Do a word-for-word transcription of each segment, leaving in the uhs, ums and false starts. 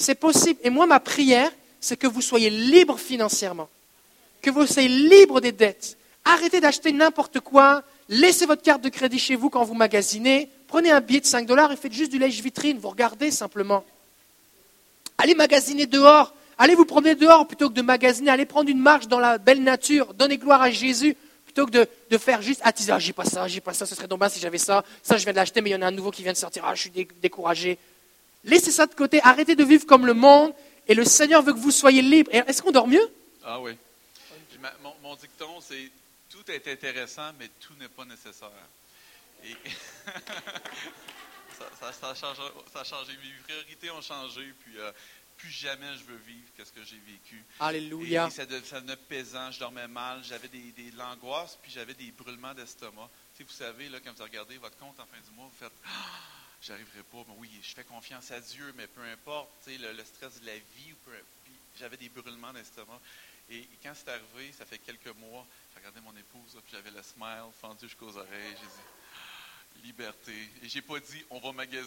C'est possible. Et moi, ma prière, c'est que vous soyez libres financièrement. Que vous soyez libres des dettes. Arrêtez d'acheter n'importe quoi. Laissez votre carte de crédit chez vous quand vous magasinez. Prenez un billet de cinq dollars et faites juste du lèche-vitrine. Vous regardez simplement. Allez magasiner dehors. Allez vous promener dehors plutôt que de magasiner. Allez prendre une marche dans la belle nature. Donnez gloire à Jésus plutôt que de, de faire juste attiser. Ah, j'ai pas ça, j'ai pas ça, ce serait dommage si j'avais ça. Ça, je viens de l'acheter, mais il y en a un nouveau qui vient de sortir. Ah, je suis dé- découragé. Laissez ça de côté. Arrêtez de vivre comme le monde. Et le Seigneur veut que vous soyez libres. Et est-ce qu'on dort mieux? Ah oui. Ma, mon, mon dicton, c'est tout est intéressant, mais tout n'est pas nécessaire. Et ça, ça, ça, a changé, ça a changé. Mes priorités ont changé, puis euh, plus jamais je veux vivre que ce que j'ai vécu. Alléluia. Et, et ça, de, ça devenait pesant, je dormais mal, j'avais des, des, de l'angoisse, puis j'avais des brûlements d'estomac. Tu sais, vous savez, là, quand vous regardez votre compte en fin du mois, vous faites ah, « j'arriverai pas, mais oui, je fais confiance à Dieu, mais peu importe, tu sais, le, le stress de la vie, ou peu, puis j'avais des brûlements d'estomac. Et, et quand c'est arrivé, ça fait quelques mois, j'ai regardé mon épouse, là, puis j'avais le smile fendu jusqu'aux oreilles, j'ai dit « liberté ». Et j'ai pas dit « on va magasiner ».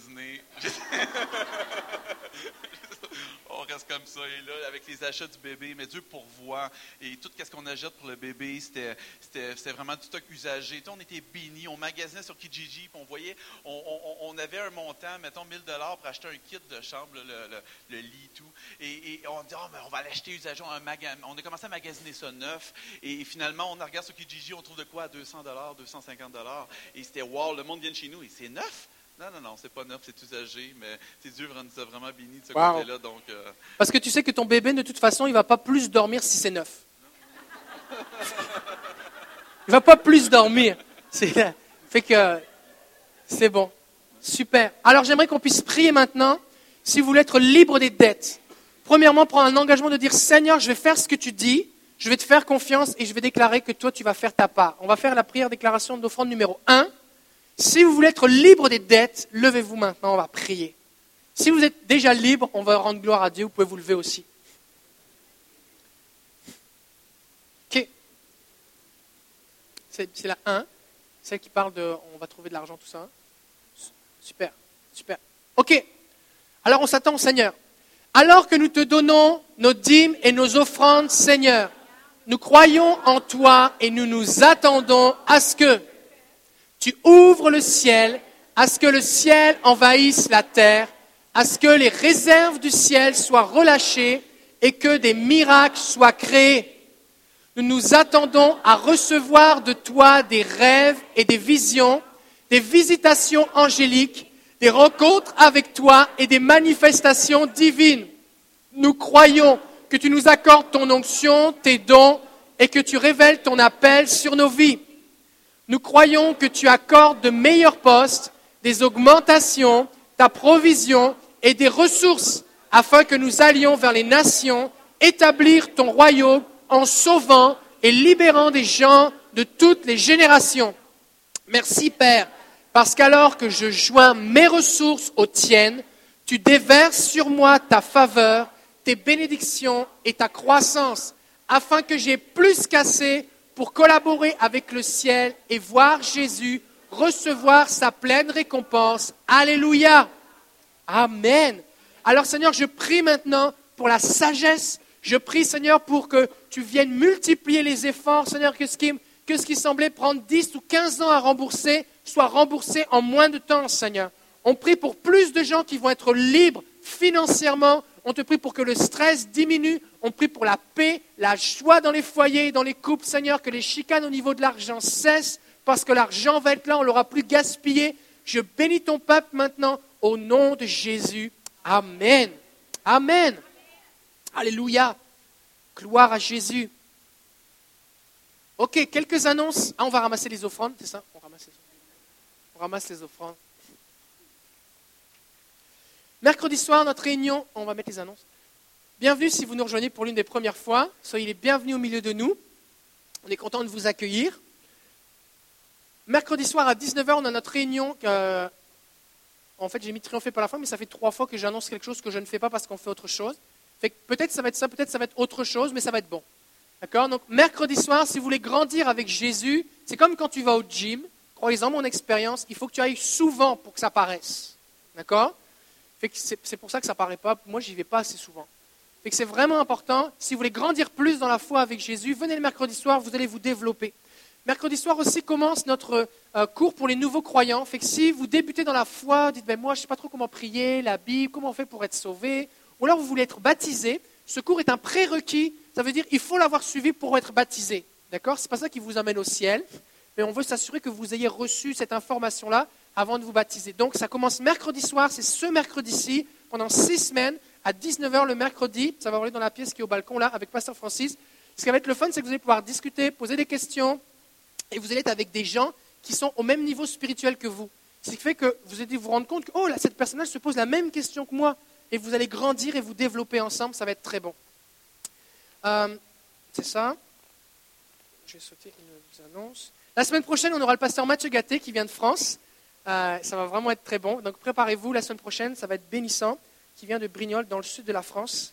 On reste comme ça. Et là, avec les achats du bébé, mais Dieu pourvoit. Et tout ce qu'on achète pour le bébé, c'était, c'était, c'était vraiment du stock usagé. On était bénis. On magasinait sur Kijiji, puis on voyait, on, on, on avait un montant, mettons mille dollars pour acheter un kit de chambre, le, le, le lit, tout. Et, et on dit, oh, mais on va l'acheter usagé. On, maga- on a commencé à magasiner ça neuf. Et, et finalement, on regarde sur Kijiji, on trouve de quoi à deux cents dollars, deux cent cinquante dollars. Et c'était wow, le monde vient de chez nous. Et c'est neuf? Non, non, non, c'est pas neuf, c'est usagé, mais c'est Dieu nous a vraiment bénis de ce Wow. côté-là. Donc, euh... Parce que tu sais que ton bébé, de toute façon, il ne va pas plus dormir si c'est neuf. Il ne va pas plus dormir. C'est, fait que c'est bon. Super. Alors, j'aimerais qu'on puisse prier maintenant, si vous voulez être libre des dettes. Premièrement, prendre un engagement de dire, Seigneur, je vais faire ce que tu dis, je vais te faire confiance et je vais déclarer que toi, tu vas faire ta part. On va faire la prière déclaration d'offrande numéro un. Si vous voulez être libre des dettes, levez-vous maintenant, on va prier. Si vous êtes déjà libre, on va rendre gloire à Dieu, vous pouvez vous lever aussi. Ok. C'est, c'est la un, celle qui parle de on va trouver de l'argent, tout ça. Super, super. Ok. Alors on s'attend au Seigneur. Alors que nous te donnons nos dîmes et nos offrandes, Seigneur, nous croyons en toi et nous nous attendons à ce que tu ouvres le ciel, à ce que le ciel envahisse la terre, à ce que les réserves du ciel soient relâchées et que des miracles soient créés. Nous nous attendons à recevoir de toi des rêves et des visions, des visitations angéliques, des rencontres avec toi et des manifestations divines. Nous croyons que tu nous accordes ton onction, tes dons et que tu révèles ton appel sur nos vies. Nous croyons que tu accordes de meilleurs postes, des augmentations, ta provision et des ressources afin que nous allions vers les nations, établir ton royaume en sauvant et libérant des gens de toutes les générations. Merci Père, parce qu'alors que je joins mes ressources aux tiennes, tu déverses sur moi ta faveur, tes bénédictions et ta croissance, afin que j'ai plus qu'assez pour collaborer avec le ciel et voir Jésus recevoir sa pleine récompense. Alléluia. Amen. Alors Seigneur, je prie maintenant pour la sagesse. Je prie Seigneur pour que tu viennes multiplier les efforts. Seigneur, que ce qui, que ce qui semblait prendre dix ou quinze ans à rembourser soit remboursé en moins de temps, Seigneur. On prie pour plus de gens qui vont être libres financièrement. On te prie pour que le stress diminue. On prie pour la paix, la joie dans les foyers et dans les couples. Seigneur, que les chicanes au niveau de l'argent cessent parce que l'argent va être là, on ne l'aura plus gaspillé. Je bénis ton peuple maintenant au nom de Jésus. Amen. Amen. Alléluia. Gloire à Jésus. Ok, quelques annonces. Ah, on va ramasser les offrandes, c'est ça? On ramasse les offrandes. On ramasse les offrandes. Mercredi soir, notre réunion, on va mettre les annonces. Bienvenue si vous nous rejoignez pour l'une des premières fois. Soyez les bienvenus au milieu de nous. On est content de vous accueillir. Mercredi soir à dix-neuf heures, on a notre réunion. Euh, en fait, j'ai mis triompher par la foi, mais ça fait trois fois que j'annonce quelque chose que je ne fais pas parce qu'on fait autre chose. Fait que peut-être ça va être ça, peut-être ça va être autre chose, mais ça va être bon. D'accord? Donc, mercredi soir, si vous voulez grandir avec Jésus, c'est comme quand tu vas au gym. Croyez-en, mon expérience, il faut que tu ailles souvent pour que ça paraisse. D'accord? Fait que c'est, c'est pour ça que ça ne paraît pas. Moi, j'y vais pas assez souvent. Fait que c'est vraiment important. Si vous voulez grandir plus dans la foi avec Jésus, venez le mercredi soir, vous allez vous développer. Mercredi soir aussi commence notre euh, cours pour les nouveaux croyants. Fait que si vous débutez dans la foi, dites ben moi je ne sais pas trop comment prier, la Bible, comment on fait pour être sauvé, ou alors vous voulez être baptisé, ce cours est un prérequis. Ça veut dire qu'il faut l'avoir suivi pour être baptisé. D'accord ? C'est pas ça qui vous amène au ciel, mais on veut s'assurer que vous ayez reçu cette information-là avant de vous baptiser. Donc ça commence mercredi soir, c'est ce mercredi-ci, pendant six semaines, à dix-neuf heures le mercredi. Ça va rouler dans la pièce qui est au balcon là, avec Pasteur Francis. Ce qui va être le fun, c'est que vous allez pouvoir discuter, poser des questions. Et vous allez être avec des gens qui sont au même niveau spirituel que vous. Ce qui fait que vous allez vous rendre compte que oh, là, cette personne-là se pose la même question que moi. Et vous allez grandir et vous développer ensemble. Ça va être très bon. Euh, c'est ça. Je vais sauter une annonce. La semaine prochaine, on aura le pasteur Mathieu Gatté qui vient de France. Euh, ça va vraiment être très bon. Donc préparez-vous la semaine prochaine. Ça va être bénissant. Qui vient de Brignoles, dans le sud de la France.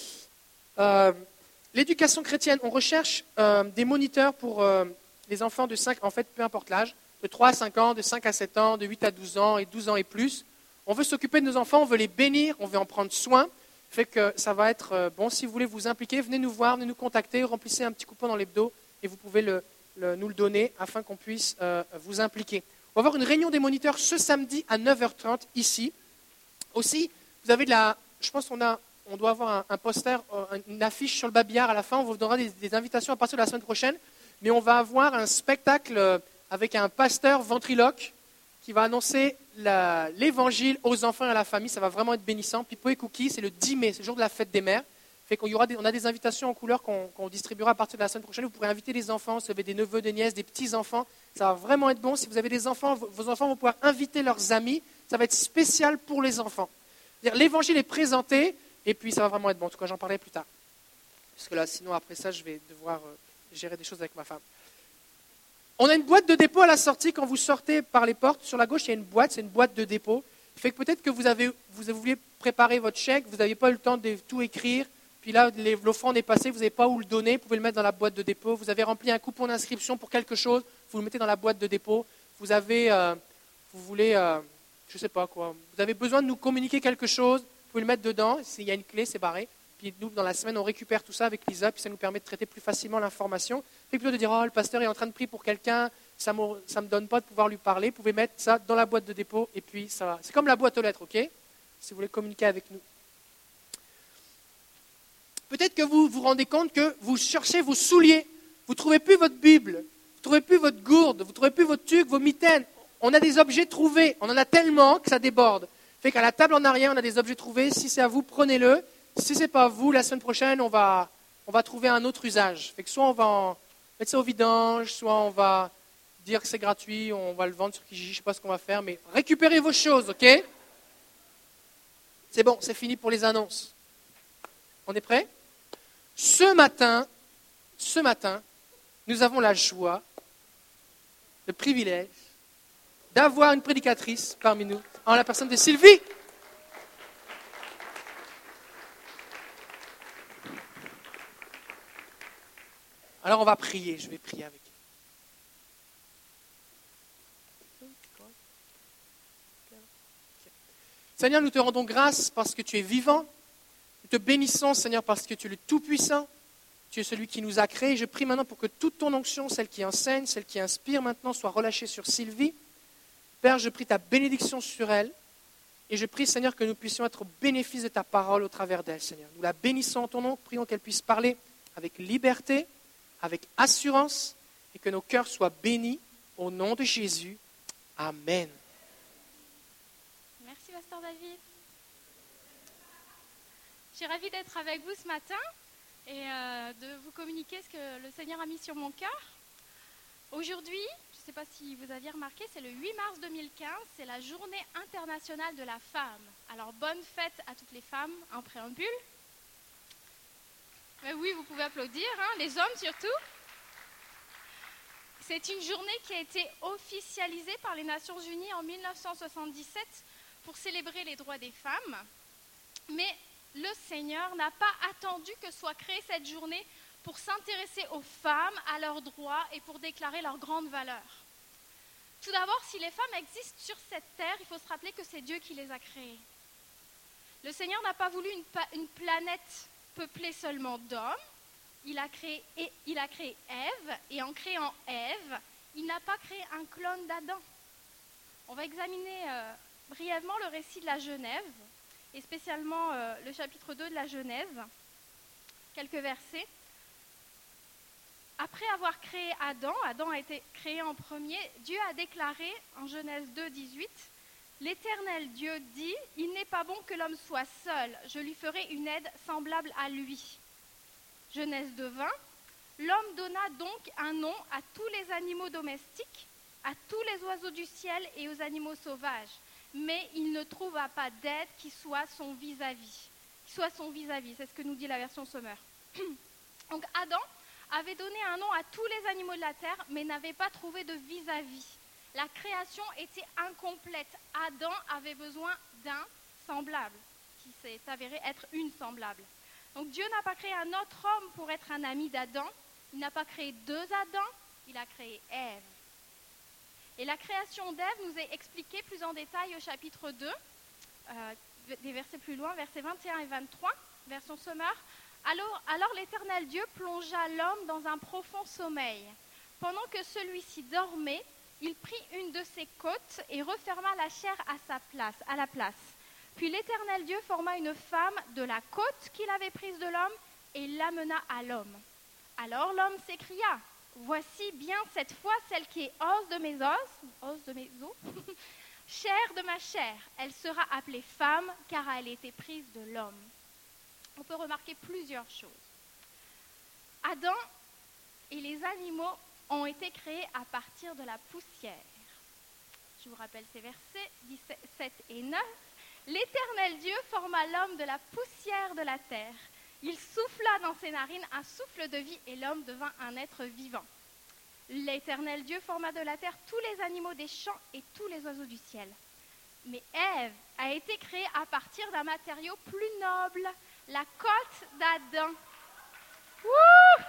Euh, l'éducation chrétienne, on recherche euh, des moniteurs pour... Euh, les enfants de cinq, en fait, peu importe l'âge, de trois à cinq ans, de cinq à sept ans, de huit à douze ans et douze ans et plus. On veut s'occuper de nos enfants, on veut les bénir, on veut en prendre soin. Fait que ça va être euh, bon. Si vous voulez vous impliquer, venez nous voir, venez nous contacter, remplissez un petit coupon dans l'hebdo et vous pouvez le, le, nous le donner afin qu'on puisse euh, vous impliquer. On va avoir une réunion des moniteurs ce samedi à neuf heures trente ici. Aussi, vous avez de la, je pense qu'on a, on doit avoir un, un poster, euh, une affiche sur le babillard à la fin. On vous donnera des, des invitations à partir de la semaine prochaine. Mais on va avoir un spectacle avec un pasteur ventriloque qui va annoncer la, l'évangile aux enfants et à la famille. Ça va vraiment être bénissant. Pipo et Cookie, c'est le dix mai, c'est le jour de la fête des mères. Fait qu'on y aura des, on a des invitations en couleur qu'on, qu'on distribuera à partir de la semaine prochaine. Vous pourrez inviter les enfants, si vous avez des neveux, des nièces, des petits-enfants. Ça va vraiment être bon. Si vous avez des enfants, vos enfants vont pouvoir inviter leurs amis. Ça va être spécial pour les enfants. C'est-à-dire, l'évangile est présenté et puis ça va vraiment être bon. En tout cas, j'en parlerai plus tard. Parce que là, sinon, après ça, je vais devoir... Euh, gérer des choses avec ma femme. On a une boîte de dépôt à la sortie quand vous sortez par les portes. Sur la gauche, il y a une boîte, c'est une boîte de dépôt. Ça fait que peut-être que vous avez, vous vouliez préparer votre chèque, vous n'aviez pas eu le temps de tout écrire, puis là, les, l'offrande est passée, vous n'avez pas où le donner, vous pouvez le mettre dans la boîte de dépôt. Vous avez rempli un coupon d'inscription pour quelque chose, vous le mettez dans la boîte de dépôt. Vous avez, euh, vous voulez, euh, je ne sais pas quoi, vous avez besoin de nous communiquer quelque chose, vous pouvez le mettre dedans, s'il y a une clé, c'est barré. Puis nous, dans la semaine, on récupère tout ça avec Lisa, puis ça nous permet de traiter plus facilement l'information. Fait que plutôt de dire, oh, le pasteur est en train de prier pour quelqu'un, ça ne me, me donne pas de pouvoir lui parler, vous pouvez mettre ça dans la boîte de dépôt, et puis ça va. C'est comme la boîte aux lettres, ok ? Si vous voulez communiquer avec nous. Peut-être que vous vous rendez compte que vous cherchez vos souliers, vous ne trouvez plus votre Bible, vous ne trouvez plus votre gourde, vous ne trouvez plus votre tuque, vos mitaines. On a des objets trouvés, on en a tellement que ça déborde. Fait qu'à la table en arrière, on a des objets trouvés, si c'est à vous, prenez-le. Si ce n'est pas vous, la semaine prochaine, on va, on va trouver un autre usage. Fait que soit on va en mettre ça au vidange, soit on va dire que c'est gratuit, on va le vendre sur Kijiji, je ne sais pas ce qu'on va faire, mais récupérez vos choses, ok ? C'est bon, c'est fini pour les annonces. On est prêts ? Ce matin, ce matin, nous avons la joie, le privilège d'avoir une prédicatrice parmi nous, en la personne de Sylvie. Alors on va prier, je vais prier avec elle. Seigneur, nous te rendons grâce parce que tu es vivant. Nous te bénissons, Seigneur, parce que tu es le Tout-Puissant. Tu es celui qui nous a créés. Je prie maintenant pour que toute ton onction, celle qui enseigne, celle qui inspire maintenant, soit relâchée sur Sylvie. Père, je prie ta bénédiction sur elle. Et je prie, Seigneur, que nous puissions être au bénéfice de ta parole au travers d'elle, Seigneur. Nous la bénissons en ton nom. Prions qu'elle puisse parler avec liberté, avec assurance, et que nos cœurs soient bénis au nom de Jésus. Amen. Merci, Pasteur David. Je suis ravie d'être avec vous ce matin et euh, de vous communiquer ce que le Seigneur a mis sur mon cœur. Aujourd'hui, je ne sais pas si vous aviez remarqué, c'est le huit mars deux mille quinze, c'est la journée internationale de la femme. Alors, bonne fête à toutes les femmes, en préambule. Mais oui, vous pouvez applaudir, hein, les hommes surtout. C'est une journée qui a été officialisée par les Nations Unies en mille neuf cent soixante-dix-sept pour célébrer les droits des femmes. Mais le Seigneur n'a pas attendu que soit créée cette journée pour s'intéresser aux femmes, à leurs droits et pour déclarer leur grande valeur. Tout d'abord, si les femmes existent sur cette terre, il faut se rappeler que c'est Dieu qui les a créées. Le Seigneur n'a pas voulu une, une planète peuplée seulement d'hommes. Il a créé, il a créé Ève, et en créant Ève, il n'a pas créé un clone d'Adam. On va examiner euh, brièvement le récit de la Genèse, et spécialement euh, le chapitre deux de la Genèse, quelques versets. Après avoir créé Adam, Adam a été créé en premier, Dieu a déclaré en Genèse deux, dix-huit, « L'Éternel Dieu dit, il n'est pas bon que l'homme soit seul, je lui ferai une aide semblable à lui. » Genèse deux, vingt, « L'homme donna donc un nom à tous les animaux domestiques, à tous les oiseaux du ciel et aux animaux sauvages, mais il ne trouva pas d'aide qui soit son vis-à-vis. » Qui soit son vis-à-vis, c'est ce que nous dit la version Sommer. Donc Adam avait donné un nom à tous les animaux de la terre, mais n'avait pas trouvé de vis-à-vis. La création était incomplète. Adam avait besoin d'un semblable, qui s'est avéré être une semblable. Donc Dieu n'a pas créé un autre homme pour être un ami d'Adam. Il n'a pas créé deux Adams, il a créé Ève. Et la création d'Ève nous est expliquée plus en détail au chapitre deux, euh, des versets plus loin, versets vingt et un et vingt-trois, version Sommer. Alors, alors l'Éternel Dieu plongea l'homme dans un profond sommeil. Pendant que celui-ci dormait, il prit une de ses côtes et referma la chair à sa place, à la place. Puis l'Éternel Dieu forma une femme de la côte qu'il avait prise de l'homme et l'amena à l'homme. Alors l'homme s'écria, « Voici bien cette fois celle qui est os de mes os, os de mes os, chair de ma chair. Elle sera appelée femme car elle a été prise de l'homme. » On peut remarquer plusieurs choses. Adam et les animaux ont été créés à partir de la poussière. Je vous rappelle ces versets dix-sept et neuf. L'Éternel Dieu forma l'homme de la poussière de la terre. Il souffla dans ses narines un souffle de vie et l'homme devint un être vivant. L'Éternel Dieu forma de la terre tous les animaux des champs et tous les oiseaux du ciel. Mais Ève a été créée à partir d'un matériau plus noble, la côte d'Adam. Wouh!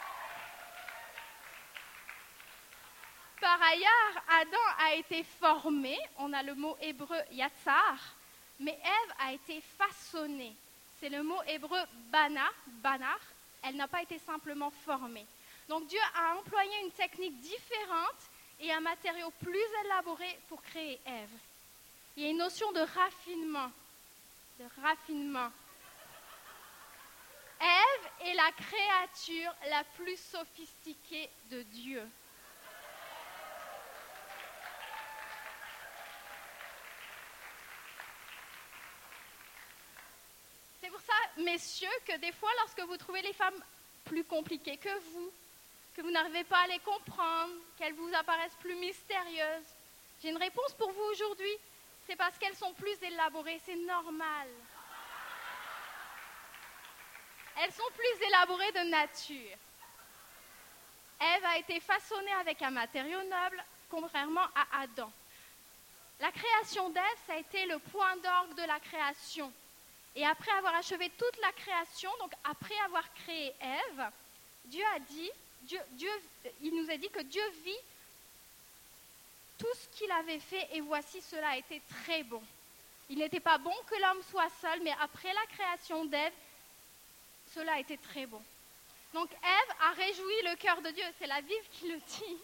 Par ailleurs, Adam a été formé, on a le mot hébreu yatsar, mais Ève a été façonnée. C'est le mot hébreu bana, banar, elle n'a pas été simplement formée. Donc Dieu a employé une technique différente et un matériau plus élaboré pour créer Ève. Il y a une notion de raffinement, de raffinement. Ève est la créature la plus sophistiquée de Dieu. C'est pour ça, messieurs, que des fois, lorsque vous trouvez les femmes plus compliquées que vous, que vous n'arrivez pas à les comprendre, qu'elles vous apparaissent plus mystérieuses, j'ai une réponse pour vous aujourd'hui. C'est parce qu'elles sont plus élaborées, c'est normal. Elles sont plus élaborées de nature. Ève a été façonnée avec un matériau noble, contrairement à Adam. La création d'Ève, ça a été le point d'orgue de la création. Et après avoir achevé toute la création, donc après avoir créé Ève, Dieu a dit, Dieu, Dieu, il nous a dit que Dieu vit tout ce qu'il avait fait et voici cela a été très bon. Il n'était pas bon que l'homme soit seul, mais après la création d'Ève, cela a été très bon. Donc Ève a réjoui le cœur de Dieu, c'est la Bible qui le dit.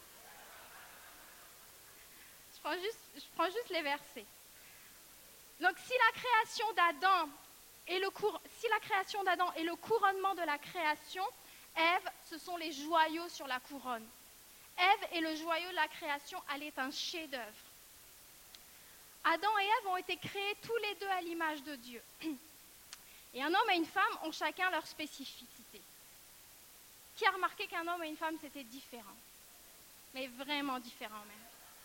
Je prends juste, je prends juste les versets. Donc si la création d'Adam et le cour... si la création d'Adam est le couronnement de la création, Ève, ce sont les joyaux sur la couronne. Ève est le joyau de la création, elle est un chef-d'œuvre. Adam et Ève ont été créés tous les deux à l'image de Dieu. Et un homme et une femme ont chacun leur spécificité. Qui a remarqué qu'un homme et une femme, c'était différent? Mais vraiment différent même.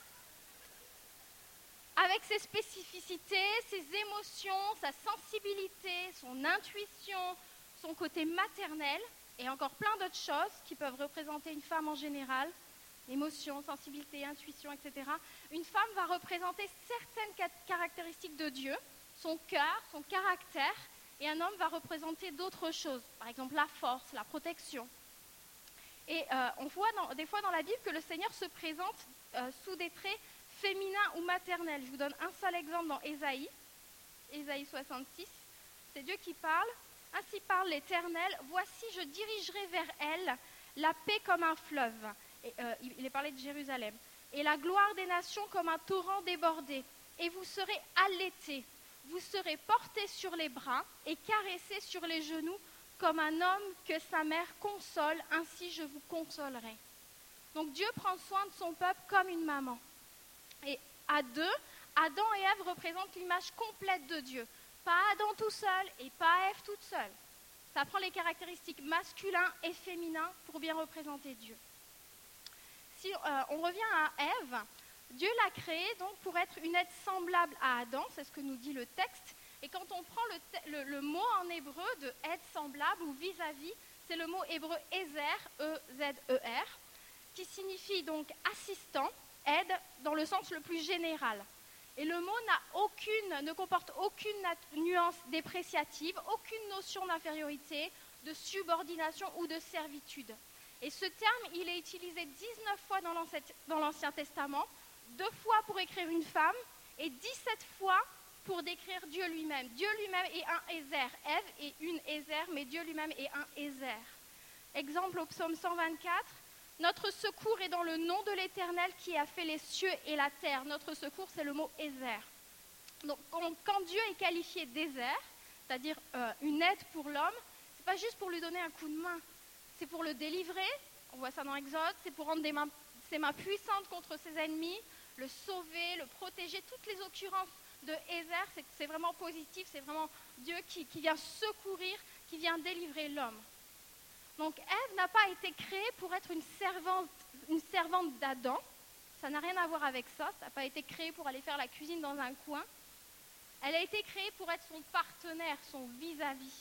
Avec ses spécificités, ses émotions, sa sensibilité, son intuition, son côté maternel, et encore plein d'autres choses qui peuvent représenter une femme en général, émotions, sensibilité, intuition, et cetera. Une femme va représenter certaines caractéristiques de Dieu, son cœur, son caractère, et un homme va représenter d'autres choses, par exemple la force, la protection. Et euh, on voit dans, des fois dans la Bible que le Seigneur se présente euh, sous des traits féminins ou maternels. Je vous donne un seul exemple dans Ésaïe, Ésaïe soixante-six. c'est Dieu qui parle. Ainsi parle l'Éternel, voici je dirigerai vers elle la paix comme un fleuve. Et, euh, il est parlé de Jérusalem. Et la gloire des nations comme un torrent débordé. Et vous serez allaités, vous serez portés sur les bras et caressés sur les genoux comme un homme que sa mère console, ainsi je vous consolerai. Donc Dieu prend soin de son peuple comme une maman. Et à deux, Adam et Ève représentent l'image complète de Dieu. Pas Adam tout seul et pas Ève toute seule. Ça prend les caractéristiques masculins et féminins pour bien représenter Dieu. Si euh, on revient à Ève, Dieu l'a créée donc pour être une être semblable à Adam, c'est ce que nous dit le texte. Et quand on prend le, te- le, le mot en hébreu de être semblable ou vis-à-vis, c'est le mot hébreu Ezer, E Z E R, qui signifie donc assistant, aide, dans le sens le plus général. Et le mot n'a aucune, ne comporte aucune nat- nuance dépréciative, aucune notion d'infériorité, de subordination ou de servitude. Et ce terme, il est utilisé dix-neuf fois dans l'Ancien, dans l'Ancien Testament, deux fois pour écrire une femme et dix-sept fois pour décrire Dieu lui-même. Dieu lui-même est un Ezer. Ève est une Ezer, mais Dieu lui-même est un Ezer. Exemple au psaume cent vingt-quatre. Notre secours est dans le nom de l'Éternel qui a fait les cieux et la terre. Notre secours, c'est le mot Ezer. Donc, quand Dieu est qualifié d'Ezer, c'est-à-dire euh, une aide pour l'homme, ce n'est pas juste pour lui donner un coup de main. C'est pour le délivrer, on voit ça dans Exode, c'est pour rendre des mains, ses mains puissantes contre ses ennemis, le sauver, le protéger. Toutes les occurrences de Ezer, c'est, c'est vraiment positif, c'est vraiment Dieu qui, qui vient secourir, qui vient délivrer l'homme. Donc Ève n'a pas été créée pour être une servante, une servante d'Adam, ça n'a rien à voir avec ça, ça n'a pas été créé pour aller faire la cuisine dans un coin. Elle a été créée pour être son partenaire, son vis-à-vis.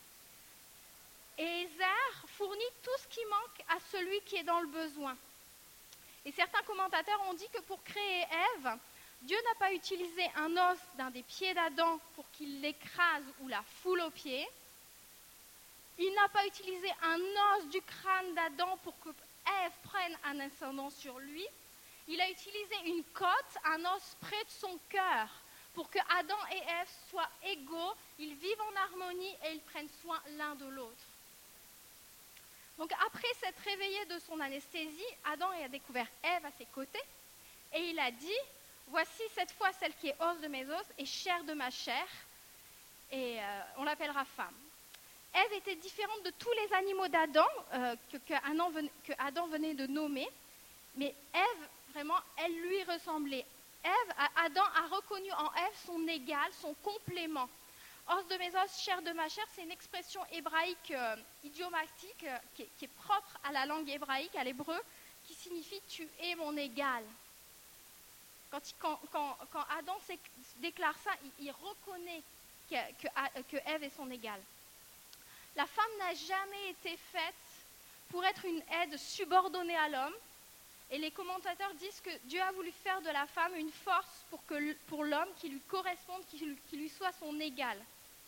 Et Ezer fournit tout ce qui manque à celui qui est dans le besoin. Et certains commentateurs ont dit que pour créer Ève, Dieu n'a pas utilisé un os d'un des pieds d'Adam pour qu'il l'écrase ou la foule aux pieds. Il n'a pas utilisé un os du crâne d'Adam pour que Ève prenne un ascendant sur lui. Il a utilisé une côte, un os près de son cœur, pour que Adam et Ève soient égaux, ils vivent en harmonie et ils prennent soin l'un de l'autre. Donc après s'être réveillé de son anesthésie, Adam a découvert Ève à ses côtés et il a dit « Voici cette fois celle qui est os de mes os et chair de ma chair, et euh, on l'appellera femme. » Ève était différente de tous les animaux d'Adam euh, que, que, Adam venait, que Adam venait de nommer, mais Ève, vraiment, elle lui ressemblait. Ève, Adam a reconnu en Ève son égal, son complément. Os de mes os, chair de ma chair, c'est une expression hébraïque euh, idiomatique euh, qui, est, qui est propre à la langue hébraïque, à l'hébreu, qui signifie « tu es mon égal ». Quand, quand, quand, quand Adam déclare ça, il, il reconnaît que, que, que Ève est son égal. La femme n'a jamais été faite pour être une aide subordonnée à l'homme. Et les commentateurs disent que Dieu a voulu faire de la femme une force pour, que, pour l'homme qui lui corresponde, qui lui, qui lui soit son égal.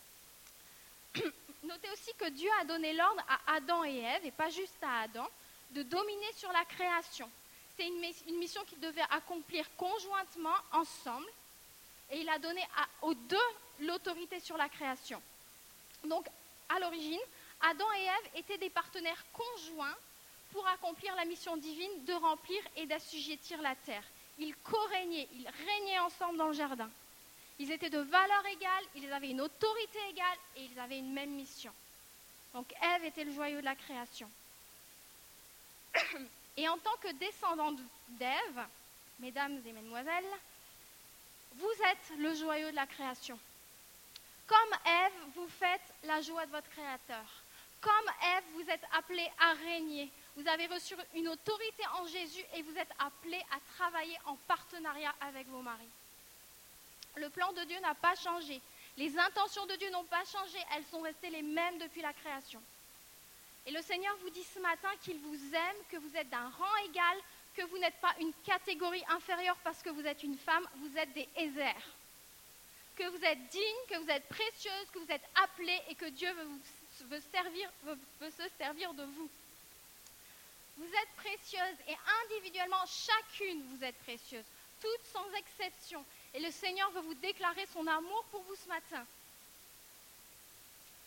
Notez aussi que Dieu a donné l'ordre à Adam et Ève, et pas juste à Adam, de dominer sur la création. C'est une, une mission qu'ils devaient accomplir conjointement, ensemble, et il a donné à, aux deux l'autorité sur la création. Donc, à l'origine, Adam et Ève étaient des partenaires conjoints pour accomplir la mission divine de remplir et d'assujettir la terre. Ils co-régnaient, ils régnaient ensemble dans le jardin. Ils étaient de valeur égale, ils avaient une autorité égale et ils avaient une même mission. Donc Ève était le joyau de la création. Et en tant que descendante d'Ève, mesdames et mesdemoiselles, vous êtes le joyau de la création. Comme Ève, vous faites la joie de votre Créateur. Comme Ève, vous êtes appelés à régner. Vous avez reçu une autorité en Jésus et vous êtes appelés à travailler en partenariat avec vos maris. Le plan de Dieu n'a pas changé. Les intentions de Dieu n'ont pas changé. Elles sont restées les mêmes depuis la création. Et le Seigneur vous dit ce matin qu'il vous aime, que vous êtes d'un rang égal, que vous n'êtes pas une catégorie inférieure parce que vous êtes une femme, vous êtes des Ezer. Que vous êtes digne, que vous êtes précieuse, que vous êtes appelée et que Dieu veut, vous, veut, servir, veut, veut se servir de vous. Vous êtes précieuses et individuellement, chacune vous êtes précieuse, toutes sans exception. Et le Seigneur veut vous déclarer son amour pour vous ce matin.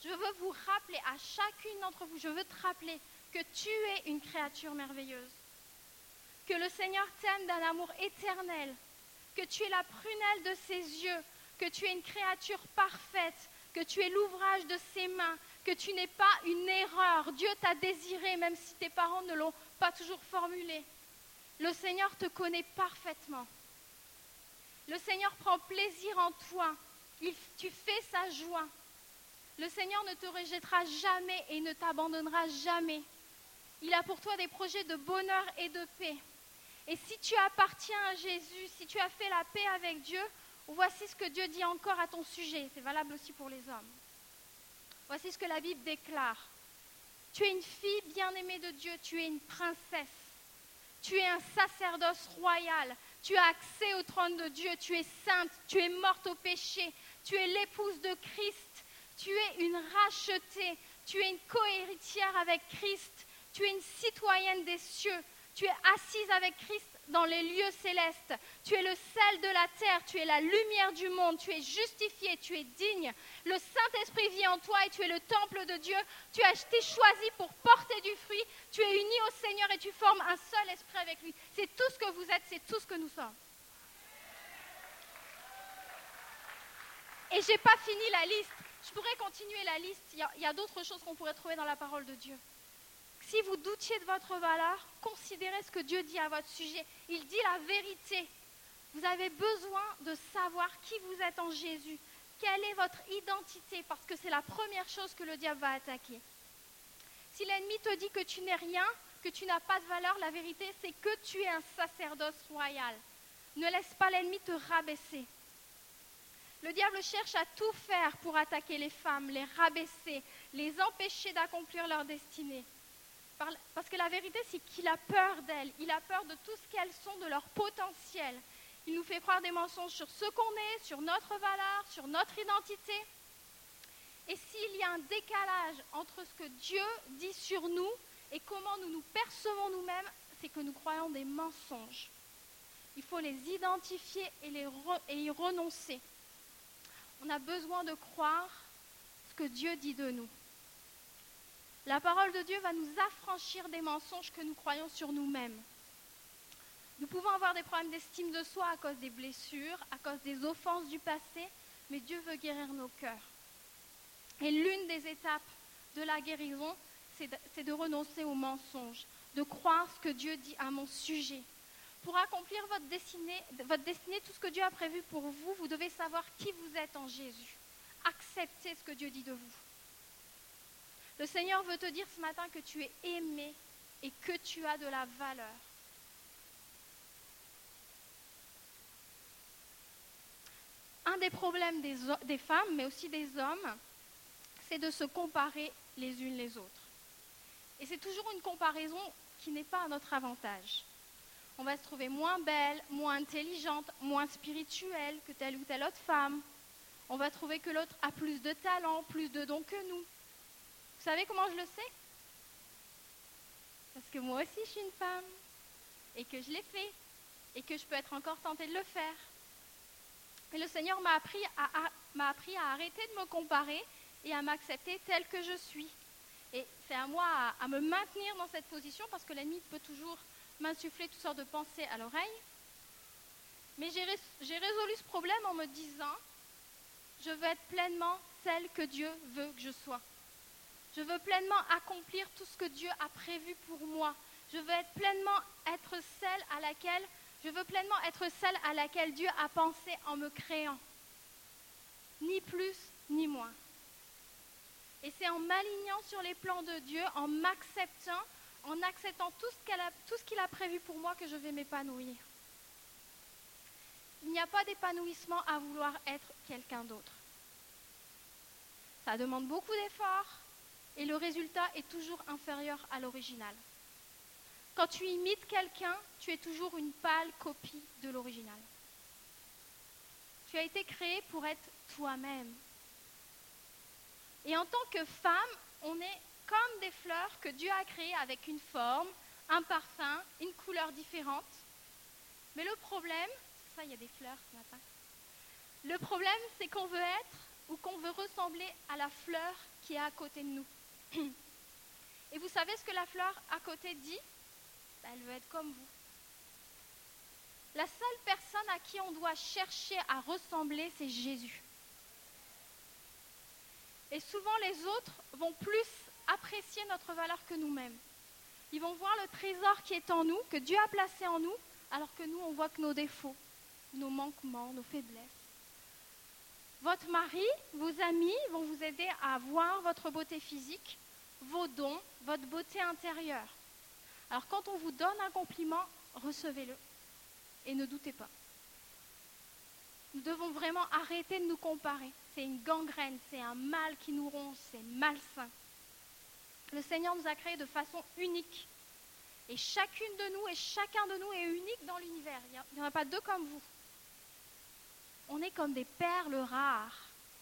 Je veux vous rappeler, à chacune d'entre vous, je veux te rappeler que tu es une créature merveilleuse, que le Seigneur t'aime d'un amour éternel, que tu es la prunelle de ses yeux, que tu es une créature parfaite, que tu es l'ouvrage de ses mains, que tu n'es pas une erreur. Dieu t'a désiré, même si tes parents ne l'ont pas toujours formulé. Le Seigneur te connaît parfaitement. Le Seigneur prend plaisir en toi. Il, tu fais sa joie. Le Seigneur ne te rejettera jamais et ne t'abandonnera jamais. Il a pour toi des projets de bonheur et de paix. Et si tu appartiens à Jésus, si tu as fait la paix avec Dieu, voici ce que Dieu dit encore à ton sujet. C'est valable aussi pour les hommes. Voici ce que la Bible déclare. Tu es une fille bien-aimée de Dieu, tu es une princesse. Tu es un sacerdoce royal. Tu as accès au trône de Dieu, tu es sainte, tu es morte au péché. Tu es l'épouse de Christ. Tu es une rachetée. Tu es une cohéritière avec Christ. Tu es une citoyenne des cieux. Tu es assise avec Christ dans les lieux célestes. Tu es le sel de la terre. Tu es la lumière du monde. Tu es justifié. Tu es digne. Le Saint-Esprit vit en toi et tu es le temple de Dieu. Tu as été choisi pour porter du fruit. Tu es uni au Seigneur et tu formes un seul esprit avec lui. C'est tout ce que vous êtes, c'est tout ce que nous sommes. Et je n'ai pas fini la liste. Je pourrais continuer la liste. Il y a, il y a d'autres choses qu'on pourrait trouver dans la parole de Dieu. Si vous doutiez de votre valeur, considérez ce que Dieu dit à votre sujet. Il dit la vérité. Vous avez besoin de savoir qui vous êtes en Jésus. Quelle est votre identité? Parce que c'est la première chose que le diable va attaquer. Si l'ennemi te dit que tu n'es rien, que tu n'as pas de valeur, la vérité, c'est que tu es un sacerdoce royal. Ne laisse pas l'ennemi te rabaisser. Le diable cherche à tout faire pour attaquer les femmes, les rabaisser, les empêcher d'accomplir leur destinée. Parce que la vérité, c'est qu'il a peur d'elles. Il a peur de tout ce qu'elles sont, de leur potentiel. Il nous fait croire des mensonges sur ce qu'on est, sur notre valeur, sur notre identité. Et s'il y a un décalage entre ce que Dieu dit sur nous et comment nous nous percevons nous-mêmes, c'est que nous croyons des mensonges. Il faut les identifier et, les re- et y renoncer. On a besoin de croire ce que Dieu dit de nous. La parole de Dieu va nous affranchir des mensonges que nous croyons sur nous-mêmes. Nous pouvons avoir des problèmes d'estime de soi à cause des blessures, à cause des offenses du passé, mais Dieu veut guérir nos cœurs. Et l'une des étapes de la guérison, c'est de, c'est de renoncer aux mensonges, de croire ce que Dieu dit à mon sujet. Pour accomplir votre destinée, votre destinée, tout ce que Dieu a prévu pour vous, vous devez savoir qui vous êtes en Jésus. Acceptez ce que Dieu dit de vous. Le Seigneur veut te dire ce matin que tu es aimé et que tu as de la valeur. Un des problèmes des, des femmes, mais aussi des hommes, c'est de se comparer les unes les autres. Et c'est toujours une comparaison qui n'est pas à notre avantage. On va se trouver moins belle, moins intelligente, moins spirituelle que telle ou telle autre femme. On va trouver que l'autre a plus de talent, plus de dons que nous. Vous savez comment je le sais? Parce que moi aussi je suis une femme et que je l'ai fait et que je peux être encore tentée de le faire. Et le Seigneur m'a appris à, à, m'a appris à arrêter de me comparer et à m'accepter telle que je suis. Et c'est à moi à, à me maintenir dans cette position parce que l'ennemi peut toujours m'insuffler toutes sortes de pensées à l'oreille. Mais j'ai, j'ai résolu ce problème en me disant, je veux être pleinement celle que Dieu veut que je sois. Je veux pleinement accomplir tout ce que Dieu a prévu pour moi. Je veux être pleinement être celle à laquelle, je veux pleinement être celle à laquelle Dieu a pensé en me créant. Ni plus, ni moins. Et c'est en m'alignant sur les plans de Dieu, en m'acceptant, en acceptant tout ce, qu'elle a, tout ce qu'il a prévu pour moi que je vais m'épanouir. Il n'y a pas d'épanouissement à vouloir être quelqu'un d'autre. Ça demande beaucoup d'efforts. Et le résultat est toujours inférieur à l'original. Quand tu imites quelqu'un, tu es toujours une pâle copie de l'original. Tu as été créé pour être toi-même. Et en tant que femme, on est comme des fleurs que Dieu a créées avec une forme, un parfum, une couleur différente. Mais le problème, c'est pour ça il y a des fleurs ce matin. Le problème, c'est qu'on veut être ou qu'on veut ressembler à la fleur qui est à côté de nous. Et vous savez ce que la fleur à côté dit ? Ben, elle veut être comme vous. La seule personne à qui on doit chercher à ressembler, c'est Jésus. Et souvent, les autres vont plus apprécier notre valeur que nous-mêmes. Ils vont voir le trésor qui est en nous, que Dieu a placé en nous, alors que nous, on voit que nos défauts, nos manquements, nos faiblesses. Votre mari, vos amis vont vous aider à voir votre beauté physique, vos dons, votre beauté intérieure. Alors quand on vous donne un compliment, recevez-le et ne doutez pas. Nous devons vraiment arrêter de nous comparer. C'est une gangrène, c'est un mal qui nous ronge, c'est malsain. Le Seigneur nous a créés de façon unique. Et chacune de nous et chacun de nous est unique dans l'univers. Il n'y en a pas deux comme vous. On est comme des perles rares.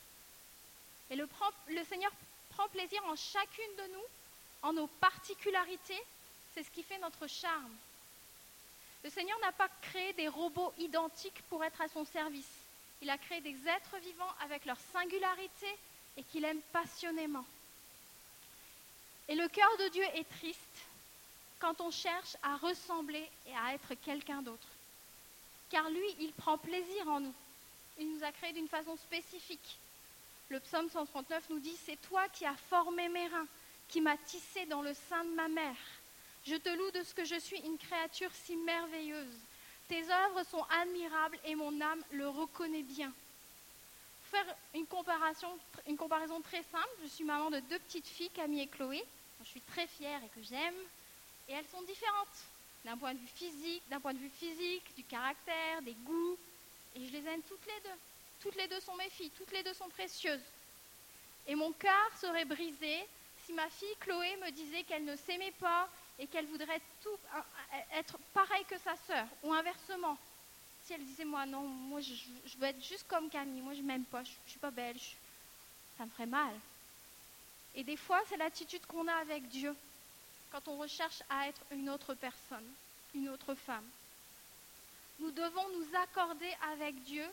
Et le, le Seigneur prend plaisir en chacune de nous, en nos particularités. C'est ce qui fait notre charme. Le Seigneur n'a pas créé des robots identiques pour être à son service. Il a créé des êtres vivants avec leur singularité et qu'il aime passionnément. Et le cœur de Dieu est triste quand on cherche à ressembler et à être quelqu'un d'autre. Car lui, il prend plaisir en nous. Il nous a créés d'une façon spécifique. Le psaume cent trente-neuf nous dit « C'est toi qui as formé mes reins, qui m'as tissé dans le sein de ma mère. Je te loue de ce que je suis une créature si merveilleuse. Tes œuvres sont admirables et mon âme le reconnaît bien. » Pour faire une comparaison, une comparaison très simple, je suis maman de deux petites filles, Camille et Chloé, dont je suis très fière et que j'aime, et elles sont différentes, d'un point de vue physique, d'un point de vue physique, du caractère, des goûts, et je les aime toutes les deux. Toutes les deux sont mes filles, toutes les deux sont précieuses. Et mon cœur serait brisé si ma fille Chloé me disait qu'elle ne s'aimait pas et qu'elle voudrait tout, être pareille que sa sœur, ou inversement. Si elle disait, moi non, moi je, je veux être juste comme Camille, moi je m'aime pas, je, je suis pas belle, je, ça me ferait mal. Et des fois, c'est l'attitude qu'on a avec Dieu, quand on recherche à être une autre personne, une autre femme. Nous devons nous accorder avec Dieu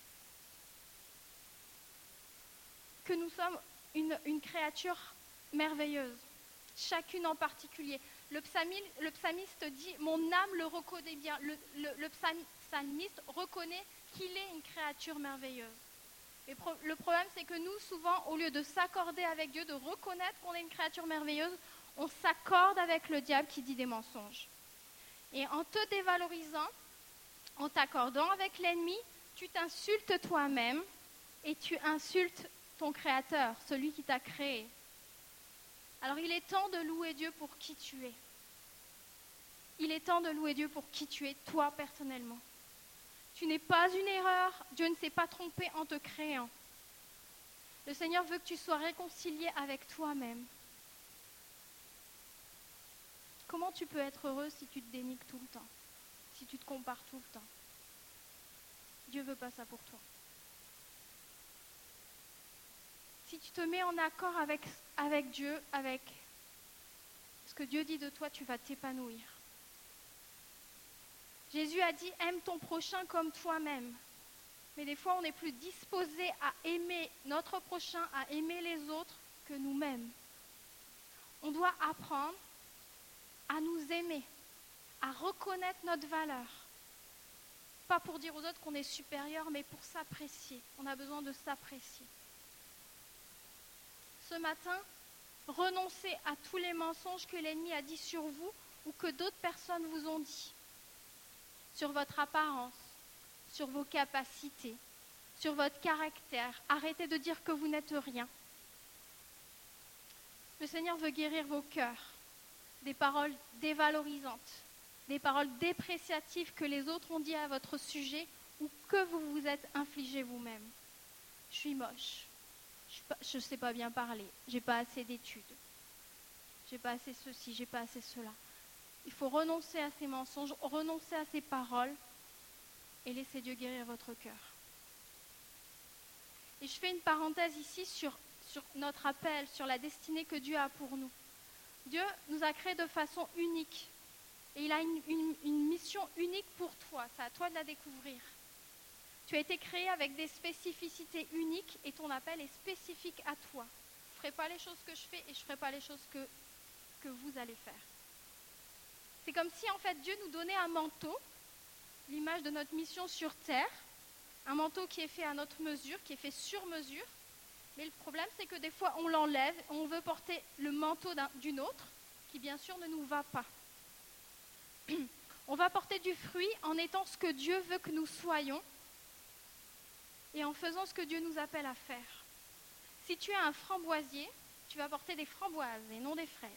que nous sommes une, une créature merveilleuse, chacune en particulier. Le psalmiste, le psalmiste dit « Mon âme le reconnaît bien ». Le, le, le psalmiste reconnaît qu'il est une créature merveilleuse. Et pro, le problème, c'est que nous, souvent, au lieu de s'accorder avec Dieu, de reconnaître qu'on est une créature merveilleuse, on s'accorde avec le diable qui dit des mensonges. Et en te dévalorisant, en t'accordant avec l'ennemi, tu t'insultes toi-même et tu insultes ton Créateur, celui qui t'a créé. Alors il est temps de louer Dieu pour qui tu es. Il est temps de louer Dieu pour qui tu es, toi personnellement. Tu n'es pas une erreur, Dieu ne s'est pas trompé en te créant. Le Seigneur veut que tu sois réconcilié avec toi-même. Comment tu peux être heureux si tu te dénigres tout le temps, si tu te compares tout le temps? Dieu ne veut pas ça pour toi. Si tu te mets en accord avec, avec Dieu, avec ce que Dieu dit de toi, tu vas t'épanouir. Jésus a dit « Aime ton prochain comme toi-même ». Mais des fois, on n'est plus disposé à aimer notre prochain, à aimer les autres que nous-mêmes. On doit apprendre à nous aimer, à reconnaître notre valeur. Pas pour dire aux autres qu'on est supérieur, mais pour s'apprécier. On a besoin de s'apprécier. Ce matin, renoncez à tous les mensonges que l'ennemi a dit sur vous ou que d'autres personnes vous ont dit. Sur votre apparence, sur vos capacités, sur votre caractère. Arrêtez de dire que vous n'êtes rien. Le Seigneur veut guérir vos cœurs, des paroles dévalorisantes, des paroles dépréciatives que les autres ont dit à votre sujet ou que vous vous êtes infligé vous-même. Je suis moche, je ne sais pas bien parler, je n'ai pas assez d'études, je n'ai pas assez ceci, je n'ai pas assez cela. Il faut renoncer à ces mensonges, renoncer à ces paroles et laisser Dieu guérir votre cœur. Et je fais une parenthèse ici sur, sur notre appel, sur la destinée que Dieu a pour nous. Dieu nous a créés de façon unique et il a une, une, une mission unique pour toi, c'est à toi de la découvrir. Tu as été créé avec des spécificités uniques et ton appel est spécifique à toi. Je ne ferai pas les choses que je fais et je ne ferai pas les choses que, que vous allez faire. C'est comme si en fait Dieu nous donnait un manteau, l'image de notre mission sur terre, un manteau qui est fait à notre mesure, qui est fait sur mesure. Mais le problème, c'est que des fois, on l'enlève, on veut porter le manteau d'un, d'une autre, qui bien sûr ne nous va pas. On va porter du fruit en étant ce que Dieu veut que nous soyons et en faisant ce que Dieu nous appelle à faire. Si tu es un framboisier, tu vas porter des framboises et non des fraises.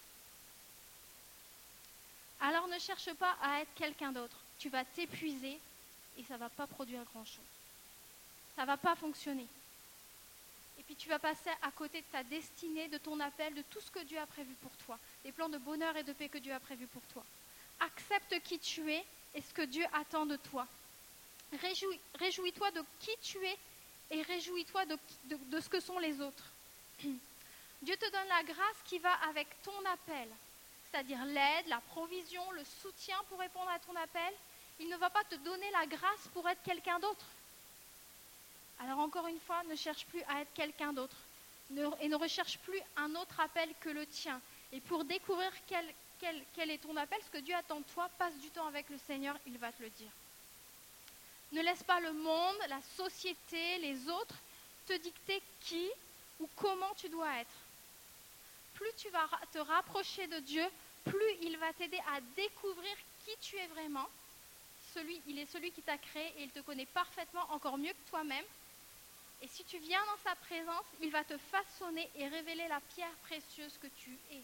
Alors ne cherche pas à être quelqu'un d'autre. Tu vas t'épuiser et ça ne va pas produire grand-chose. Ça ne va pas fonctionner. Et puis tu vas passer à côté de ta destinée, de ton appel, de tout ce que Dieu a prévu pour toi. Les plans de bonheur et de paix que Dieu a prévus pour toi. Accepte qui tu es et ce que Dieu attend de toi. Réjouis, réjouis-toi de qui tu es et réjouis-toi de, de, de ce que sont les autres. Dieu te donne la grâce qui va avec ton appel, c'est-à-dire l'aide, la provision, le soutien pour répondre à ton appel. Il ne va pas te donner la grâce pour être quelqu'un d'autre. Alors encore une fois, ne cherche plus à être quelqu'un d'autre ne, et ne recherche plus un autre appel que le tien. Et pour découvrir quel, quel, quel est ton appel, ce que Dieu attend de toi, passe du temps avec le Seigneur, il va te le dire. Ne laisse pas le monde, la société, les autres te dicter qui ou comment tu dois être. Plus tu vas te rapprocher de Dieu, plus il va t'aider à découvrir qui tu es vraiment. Celui, il est celui qui t'a créé et il te connaît parfaitement, encore mieux que toi-même. Et si tu viens dans sa présence, il va te façonner et révéler la pierre précieuse que tu es.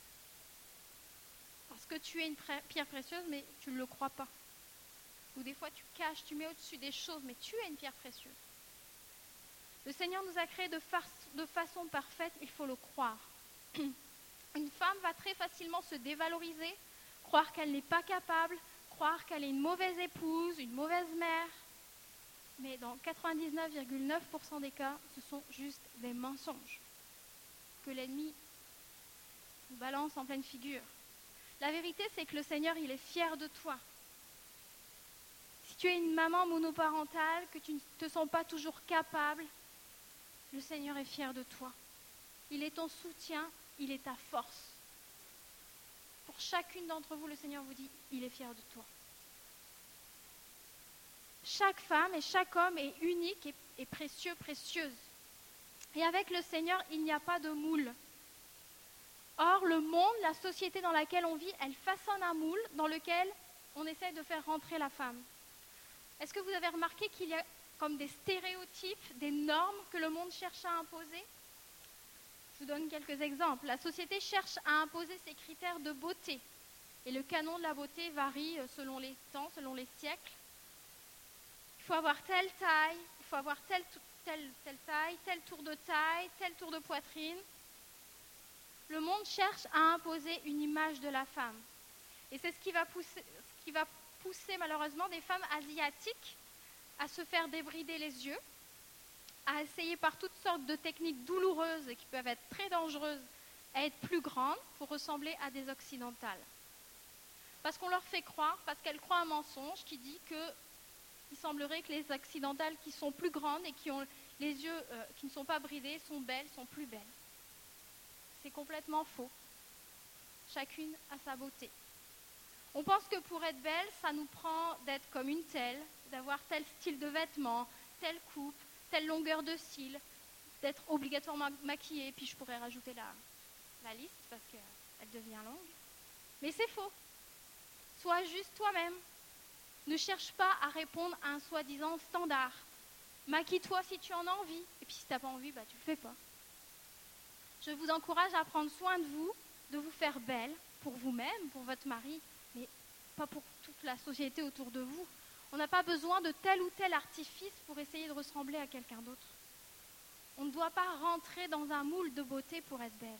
Parce que tu es une pierre précieuse, mais tu ne le crois pas. Ou des fois tu caches, tu mets au-dessus des choses, mais tu es une pierre précieuse. Le Seigneur nous a créés de, fa- de façon parfaite, il faut le croire. Une femme va très facilement se dévaloriser, croire qu'elle n'est pas capable, croire qu'elle est une mauvaise épouse, une mauvaise mère. Mais dans quatre-vingt-dix-neuf virgule neuf pour cent des cas, ce sont juste des mensonges que l'ennemi nous balance en pleine figure. La vérité, c'est que le Seigneur, il est fier de toi. Si tu es une maman monoparentale, que tu ne te sens pas toujours capable, le Seigneur est fier de toi. Il est ton soutien, il est ta force. Pour chacune d'entre vous, le Seigneur vous dit, il est fier de toi. Chaque femme et chaque homme est unique et, et précieux, précieuse. Et avec le Seigneur, il n'y a pas de moule. Or, le monde, la société dans laquelle on vit, elle façonne un moule dans lequel on essaie de faire rentrer la femme. Est-ce que vous avez remarqué qu'il y a comme des stéréotypes, des normes que le monde cherche à imposer ? Je vous donne quelques exemples. La société cherche à imposer ses critères de beauté. Et le canon de la beauté varie selon les temps, selon les siècles. Il faut avoir telle taille, il faut avoir telle, telle, telle taille, tel tour de taille, tel tour de poitrine. Le monde cherche à imposer une image de la femme. Et c'est ce qui va pousser, ce qui va pousser malheureusement des femmes asiatiques à se faire débrider les yeux, à essayer par toutes sortes de techniques douloureuses et qui peuvent être très dangereuses à être plus grandes pour ressembler à des occidentales. Parce qu'on leur fait croire, parce qu'elles croient un mensonge qui dit que il semblerait que les occidentales qui sont plus grandes et qui ont les yeux euh, qui ne sont pas bridés sont belles, sont plus belles. C'est complètement faux. Chacune a sa beauté. On pense que pour être belle, ça nous prend d'être comme une telle, d'avoir tel style de vêtements, telle coupe, telle longueur de cils, d'être obligatoirement maquillée. Puis je pourrais rajouter la, la liste parce qu'elle devient longue. Mais c'est faux. Sois juste toi-même. Ne cherche pas à répondre à un soi-disant standard. Maquille-toi si tu en as envie. Et puis si tu n'as pas envie, bah, tu ne le fais pas. Je vous encourage à prendre soin de vous, de vous faire belle pour vous-même, pour votre mari, mais pas pour toute la société autour de vous. On n'a pas besoin de tel ou tel artifice pour essayer de ressembler à quelqu'un d'autre. On ne doit pas rentrer dans un moule de beauté pour être belle.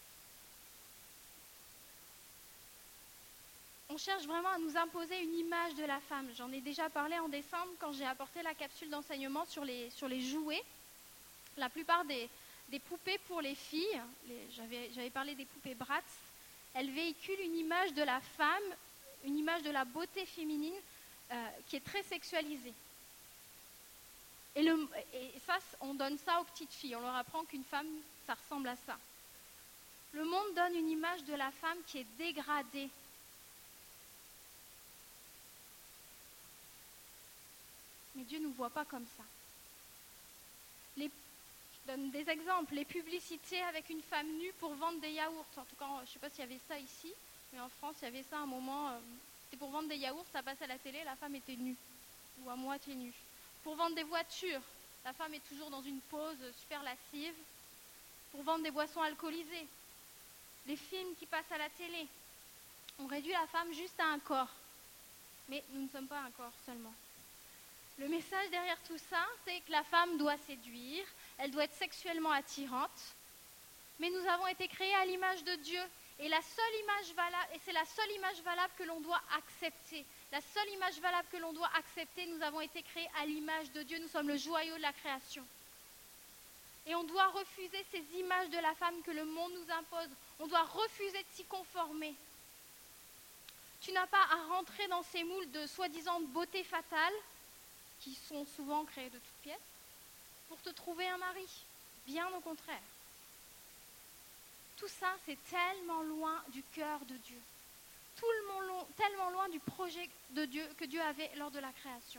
On cherche vraiment à nous imposer une image de la femme. J'en ai déjà parlé en décembre quand j'ai apporté la capsule d'enseignement sur les, sur les jouets. La plupart des, des poupées pour les filles, les, j'avais, j'avais parlé des poupées Bratz, elles véhiculent une image de la femme, une image de la beauté féminine euh, qui est très sexualisée. Et, le, et ça, on donne ça aux petites filles. On leur apprend qu'une femme, ça ressemble à ça. Le monde donne une image de la femme qui est dégradée. Mais Dieu ne nous voit pas comme ça. Les, je donne des exemples. Les publicités avec une femme nue pour vendre des yaourts. En tout cas, je ne sais pas s'il y avait ça ici, mais en France, il y avait ça à un moment. Euh, c'était pour vendre des yaourts, ça passait à la télé, la femme était nue. Ou à moitié nue. Pour vendre des voitures, la femme est toujours dans une pose super lascive. Pour vendre des boissons alcoolisées. Les films qui passent à la télé. On réduit la femme juste à un corps. Mais nous ne sommes pas un corps seulement. Le message derrière tout ça, c'est que la femme doit séduire, elle doit être sexuellement attirante, mais nous avons été créés à l'image de Dieu, et la seule image valable, et c'est la seule image valable que l'on doit accepter. La seule image valable que l'on doit accepter, nous avons été créés à l'image de Dieu, nous sommes le joyau de la création. Et on doit refuser ces images de la femme que le monde nous impose, on doit refuser de s'y conformer. Tu n'as pas à rentrer dans ces moules de soi-disant beauté fatale, qui sont souvent créés de toutes pièces, pour te trouver un mari. Bien au contraire. Tout ça, c'est tellement loin du cœur de Dieu. Tout le long, tellement loin du projet de Dieu que Dieu avait lors de la création.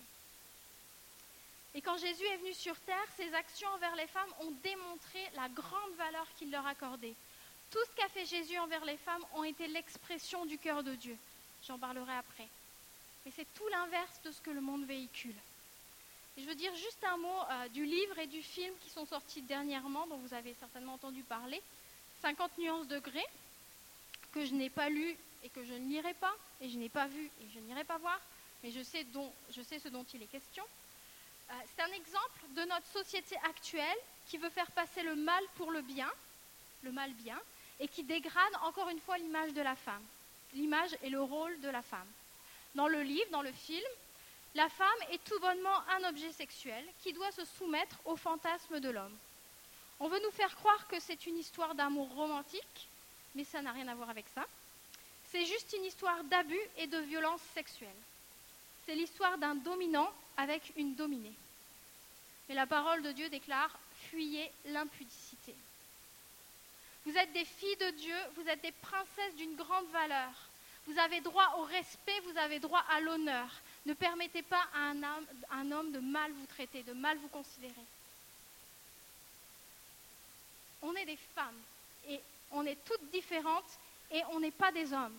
Et quand Jésus est venu sur terre, ses actions envers les femmes ont démontré la grande valeur qu'il leur accordait. Tout ce qu'a fait Jésus envers les femmes ont été l'expression du cœur de Dieu. J'en parlerai après. Mais c'est tout l'inverse de ce que le monde véhicule. Et je veux dire juste un mot euh, du livre et du film qui sont sortis dernièrement, dont vous avez certainement entendu parler, cinquante nuances de Grey, que je n'ai pas lu et que je ne lirai pas, et je n'ai pas vu et je n'irai pas voir, mais je sais, dont, je sais ce dont il est question. Euh, c'est un exemple de notre société actuelle qui veut faire passer le mal pour le bien, le mal bien, et qui dégrade encore une fois l'image de la femme, l'image et le rôle de la femme. Dans le livre, dans le film, la femme est tout bonnement un objet sexuel qui doit se soumettre au fantasme de l'homme. On veut nous faire croire que c'est une histoire d'amour romantique, mais ça n'a rien à voir avec ça. C'est juste une histoire d'abus et de violence sexuelle. C'est l'histoire d'un dominant avec une dominée. Mais la parole de Dieu déclare « Fuyez l'impudicité ». Vous êtes des filles de Dieu, vous êtes des princesses d'une grande valeur. Vous avez droit au respect, vous avez droit à l'honneur. Ne permettez pas à un homme, un homme de mal vous traiter, de mal vous considérer. On est des femmes et on est toutes différentes et on n'est pas des hommes.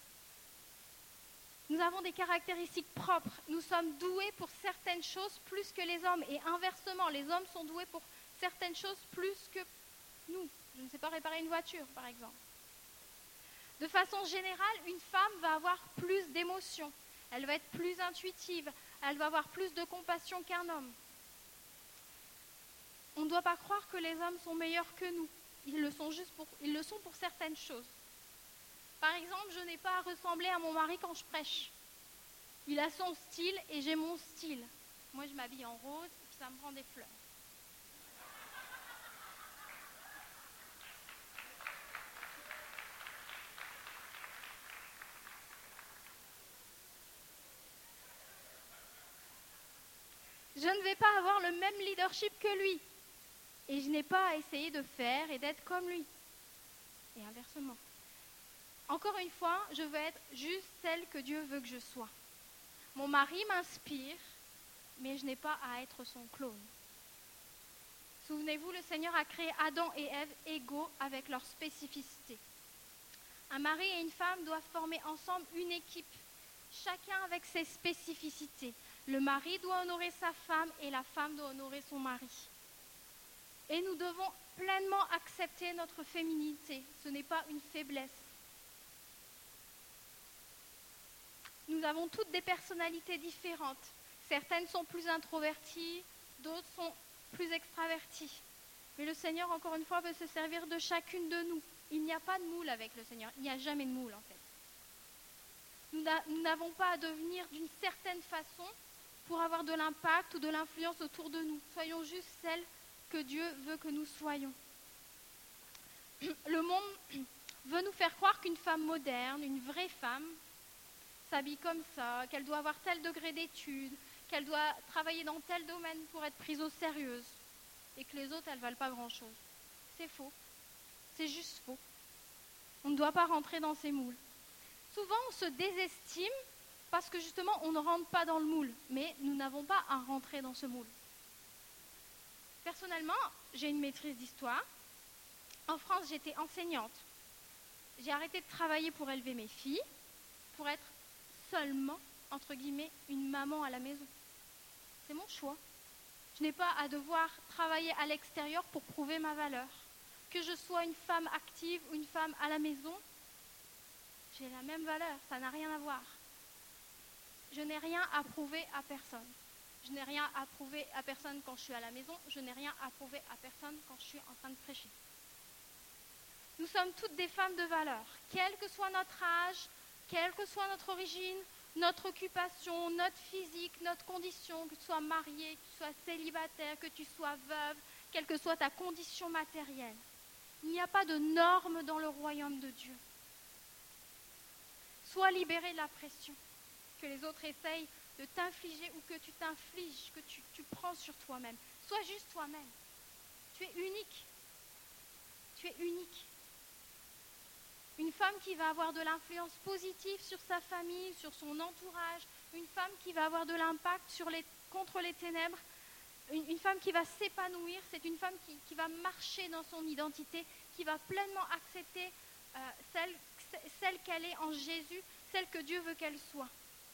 Nous avons des caractéristiques propres. Nous sommes doués pour certaines choses plus que les hommes. Et inversement, les hommes sont doués pour certaines choses plus que nous. Je ne sais pas réparer une voiture, par exemple. De façon générale, une femme va avoir plus d'émotions. Elle va être plus intuitive. Elle va avoir plus de compassion qu'un homme. On ne doit pas croire que les hommes sont meilleurs que nous. Ils le sont juste pour, ils le sont pour certaines choses. Par exemple, je n'ai pas à ressembler à mon mari quand je prêche. Il a son style et j'ai mon style. Moi, je m'habille en rose et puis ça me prend des fleurs. Je ne vais pas avoir le même leadership que lui. Et je n'ai pas à essayer de faire et d'être comme lui. Et inversement. Encore une fois, je veux être juste celle que Dieu veut que je sois. Mon mari m'inspire, mais je n'ai pas à être son clone. Souvenez-vous, le Seigneur a créé Adam et Ève égaux avec leurs spécificités. Un mari et une femme doivent former ensemble une équipe, chacun avec ses spécificités. Le mari doit honorer sa femme et la femme doit honorer son mari. Et nous devons pleinement accepter notre féminité. Ce n'est pas une faiblesse. Nous avons toutes des personnalités différentes. Certaines sont plus introverties, d'autres sont plus extraverties. Mais le Seigneur, encore une fois, veut se servir de chacune de nous. Il n'y a pas de moule avec le Seigneur. Il n'y a jamais de moule, en fait. Nous, n'a, nous n'avons pas à devenir d'une certaine façon pour avoir de l'impact ou de l'influence autour de nous. Soyons juste celles que Dieu veut que nous soyons. Le monde veut nous faire croire qu'une femme moderne, une vraie femme, s'habille comme ça, qu'elle doit avoir tel degré d'études, qu'elle doit travailler dans tel domaine pour être prise au sérieux et que les autres, elles ne valent pas grand-chose. C'est faux. C'est juste faux. On ne doit pas rentrer dans ces moules. Souvent, on se désestime parce que justement, on ne rentre pas dans le moule. Mais nous n'avons pas à rentrer dans ce moule. Personnellement, j'ai une maîtrise d'histoire. En France, j'étais enseignante. J'ai arrêté de travailler pour élever mes filles, pour être seulement, entre guillemets, une maman à la maison. C'est mon choix. Je n'ai pas à devoir travailler à l'extérieur pour prouver ma valeur. Que je sois une femme active ou une femme à la maison, j'ai la même valeur, ça n'a rien à voir. Je n'ai rien à prouver à personne. Je n'ai rien à prouver à personne quand je suis à la maison, je n'ai rien à prouver à personne quand je suis en train de prêcher. Nous sommes toutes des femmes de valeur, quel que soit notre âge, quelle que soit notre origine, notre occupation, notre physique, notre condition, que tu sois mariée, que tu sois célibataire, que tu sois veuve, quelle que soit ta condition matérielle. Il n'y a pas de normes dans le royaume de Dieu. Sois libérée de la pression que les autres essayent de t'infliger ou que tu t'infliges, que tu, tu prends sur toi-même. Sois juste toi-même. Tu es unique. Tu es unique. Une femme qui va avoir de l'influence positive sur sa famille, sur son entourage, une femme qui va avoir de l'impact sur les, contre les ténèbres, une, une femme qui va s'épanouir, c'est une femme qui, qui va marcher dans son identité, qui va pleinement accepter euh, celle, celle qu'elle est en Jésus, celle que Dieu veut qu'elle soit.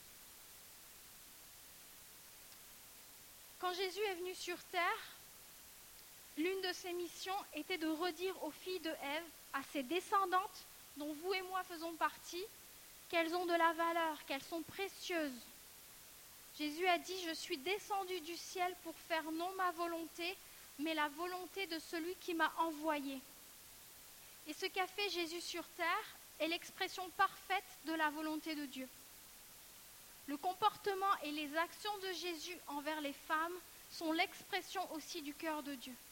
Quand Jésus est venu sur terre, l'une de ses missions était de redire aux filles de Ève, à ses descendantes, dont vous et moi faisons partie, qu'elles ont de la valeur, qu'elles sont précieuses. Jésus a dit, je suis descendu du ciel pour faire non ma volonté, mais la volonté de celui qui m'a envoyé. Et ce qu'a fait Jésus sur terre est l'expression parfaite de la volonté de Dieu. Le comportement et les actions de Jésus envers les femmes sont l'expression aussi du cœur de Dieu.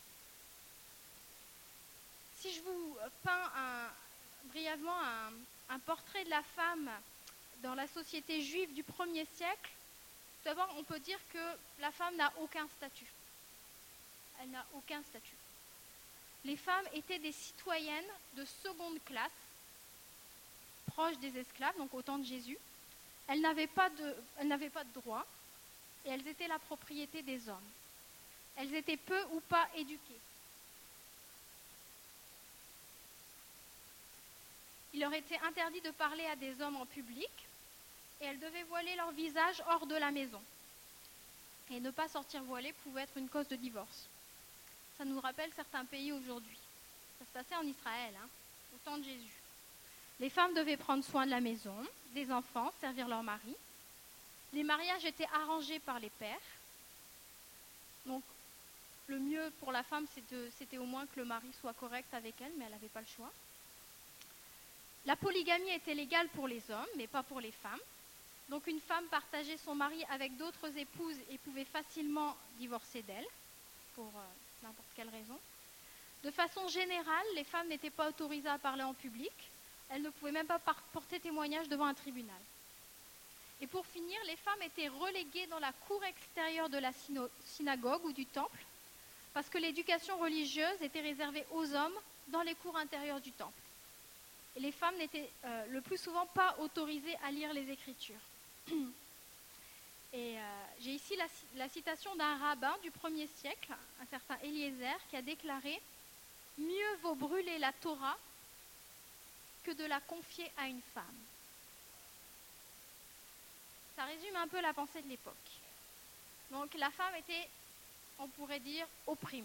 Si je vous peins un, brièvement un, un portrait de la femme dans la société juive du premier siècle, d'abord on peut dire que la femme n'a aucun statut. Elle n'a aucun statut. Les femmes étaient des citoyennes de seconde classe, proches des esclaves, donc au temps de Jésus. Elles n'avaient pas de, elles n'avaient pas de droit et elles étaient la propriété des hommes. Elles étaient peu ou pas éduquées. Il leur était interdit de parler à des hommes en public et elles devaient voiler leur visage hors de la maison. Et ne pas sortir voilées pouvait être une cause de divorce. Ça nous rappelle certains pays aujourd'hui. Ça se passait en Israël, hein, au temps de Jésus. Les femmes devaient prendre soin de la maison, des enfants, servir leur mari. Les mariages étaient arrangés par les pères. Donc, le mieux pour la femme, c'était au moins que le mari soit correct avec elle, mais elle n'avait pas le choix. La polygamie était légale pour les hommes, mais pas pour les femmes. Donc, une femme partageait son mari avec d'autres épouses et pouvait facilement divorcer d'elle, pour euh, n'importe quelle raison. De façon générale, les femmes n'étaient pas autorisées à parler en public. Elles ne pouvaient même pas porter témoignage devant un tribunal. Et pour finir, les femmes étaient reléguées dans la cour extérieure de la synagogue ou du temple, parce que l'éducation religieuse était réservée aux hommes dans les cours intérieures du temple. Et les femmes n'étaient euh, le plus souvent pas autorisées à lire les Écritures. Et euh, j'ai ici la, la citation d'un rabbin du premier siècle, un certain Eliezer, qui a déclaré « Mieux vaut brûler la Torah que de la confier à une femme. » Ça résume un peu la pensée de l'époque. Donc la femme était, on pourrait dire, opprimée.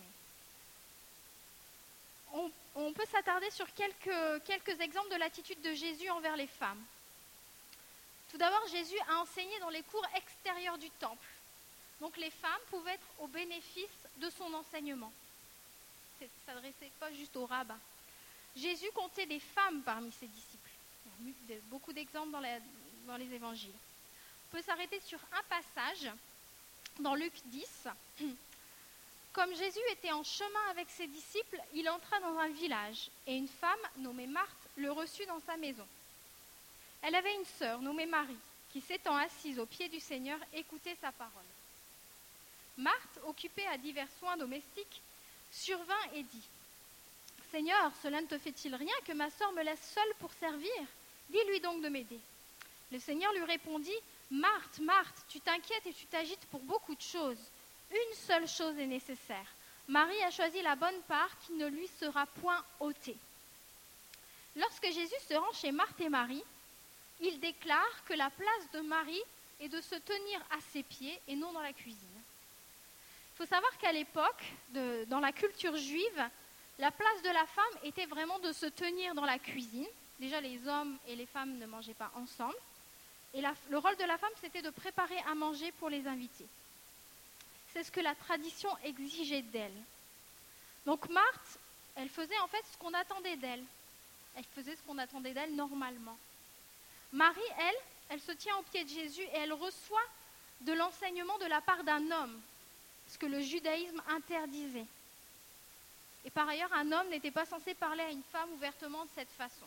On, on peut s'attarder sur quelques, quelques exemples de l'attitude de Jésus envers les femmes. Tout d'abord, Jésus a enseigné dans les cours extérieurs du temple. Donc les femmes pouvaient être au bénéfice de son enseignement. Ça ne s'adressait pas juste aux rabbins. Jésus comptait des femmes parmi ses disciples. Il y a beaucoup d'exemples dans, la, dans les évangiles. On peut s'arrêter sur un passage dans Luc dix. Comme Jésus était en chemin avec ses disciples, il entra dans un village et une femme nommée Marthe le reçut dans sa maison. Elle avait une sœur nommée Marie qui, s'étant assise aux pieds du Seigneur, écoutait sa parole. Marthe, occupée à divers soins domestiques, survint et dit « Seigneur, cela ne te fait-il rien que ma sœur me laisse seule pour servir? Dis-lui donc de m'aider. » Le Seigneur lui répondit « Marthe, Marthe, tu t'inquiètes et tu t'agites pour beaucoup de choses. Une seule chose est nécessaire. Marie a choisi la bonne part qui ne lui sera point ôtée. » Lorsque Jésus se rend chez Marthe et Marie, il déclare que la place de Marie est de se tenir à ses pieds et non dans la cuisine. Il faut savoir qu'à l'époque, de, dans la culture juive, la place de la femme était vraiment de se tenir dans la cuisine. Déjà, les hommes et les femmes ne mangeaient pas ensemble. Et la, le rôle de la femme, c'était de préparer à manger pour les invités. C'est ce que la tradition exigeait d'elle. Donc Marthe, elle faisait en fait ce qu'on attendait d'elle. Elle faisait ce qu'on attendait d'elle normalement. Marie, elle, elle se tient aux pieds de Jésus et elle reçoit de l'enseignement de la part d'un homme, ce que le judaïsme interdisait. Et par ailleurs, un homme n'était pas censé parler à une femme ouvertement de cette façon.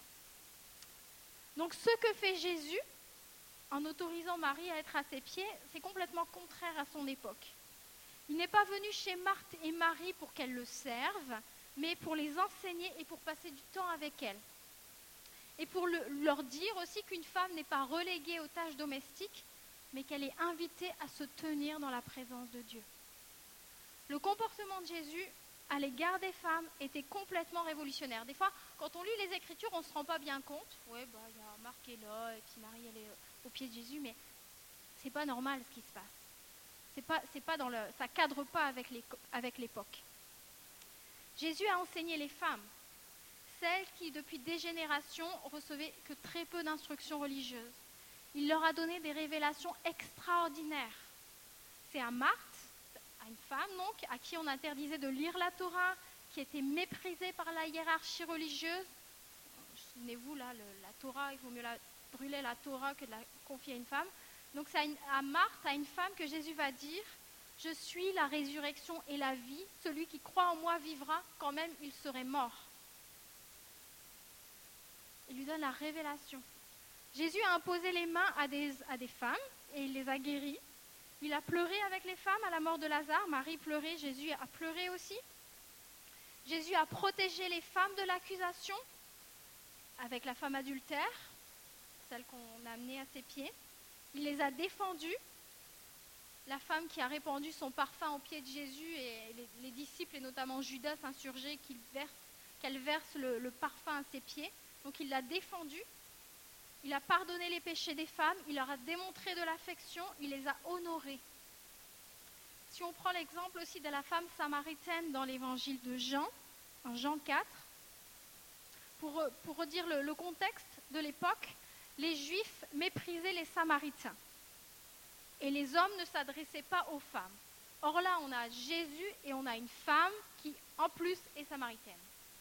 Donc ce que fait Jésus, en autorisant Marie à être à ses pieds, c'est complètement contraire à son époque. Il n'est pas venu chez Marthe et Marie pour qu'elles le servent, mais pour les enseigner et pour passer du temps avec elles. Et pour le, leur dire aussi qu'une femme n'est pas reléguée aux tâches domestiques, mais qu'elle est invitée à se tenir dans la présence de Dieu. Le comportement de Jésus à l'égard des femmes était complètement révolutionnaire. Des fois, quand on lit les Écritures, on ne se rend pas bien compte. Oui, bah, il y a Marc qui est là, et puis Marie, elle est au pied de Jésus, mais ce n'est pas normal ce qui se passe. C'est pas, c'est pas dans le, ça ne cadre pas avec, les, avec l'époque. Jésus a enseigné les femmes, celles qui, depuis des générations, recevaient que très peu d'instructions religieuses. Il leur a donné des révélations extraordinaires. C'est à Marthe, à une femme donc, à qui on interdisait de lire la Torah, qui était méprisée par la hiérarchie religieuse. Souvenez-vous, là, le, la Torah, il vaut mieux la, brûler la Torah que de la confier à une femme. Donc c'est à, une, à Marthe, à une femme, que Jésus va dire « Je suis la résurrection et la vie. Celui qui croit en moi vivra quand même il serait mort. » Il lui donne la révélation. Jésus a imposé les mains à des, à des femmes et il les a guéries. Il a pleuré avec les femmes à la mort de Lazare. Marie pleurait, Jésus a pleuré aussi. Jésus a protégé les femmes de l'accusation avec la femme adultère, celle qu'on a amenée à ses pieds. Il les a défendues. La femme qui a répandu son parfum aux pieds de Jésus et les, les disciples, et notamment Judas, s'insurgeaient qu'il verse, qu'elle verse le, le parfum à ses pieds. Donc il l'a défendue. Il a pardonné les péchés des femmes. Il leur a démontré de l'affection. Il les a honorées. Si on prend l'exemple aussi de la femme samaritaine dans l'évangile de Jean, en Jean quatre, pour, pour redire le, le contexte de l'époque, les Juifs méprisaient les Samaritains. Et les hommes ne s'adressaient pas aux femmes. Or là, on a Jésus et on a une femme qui, en plus, est samaritaine.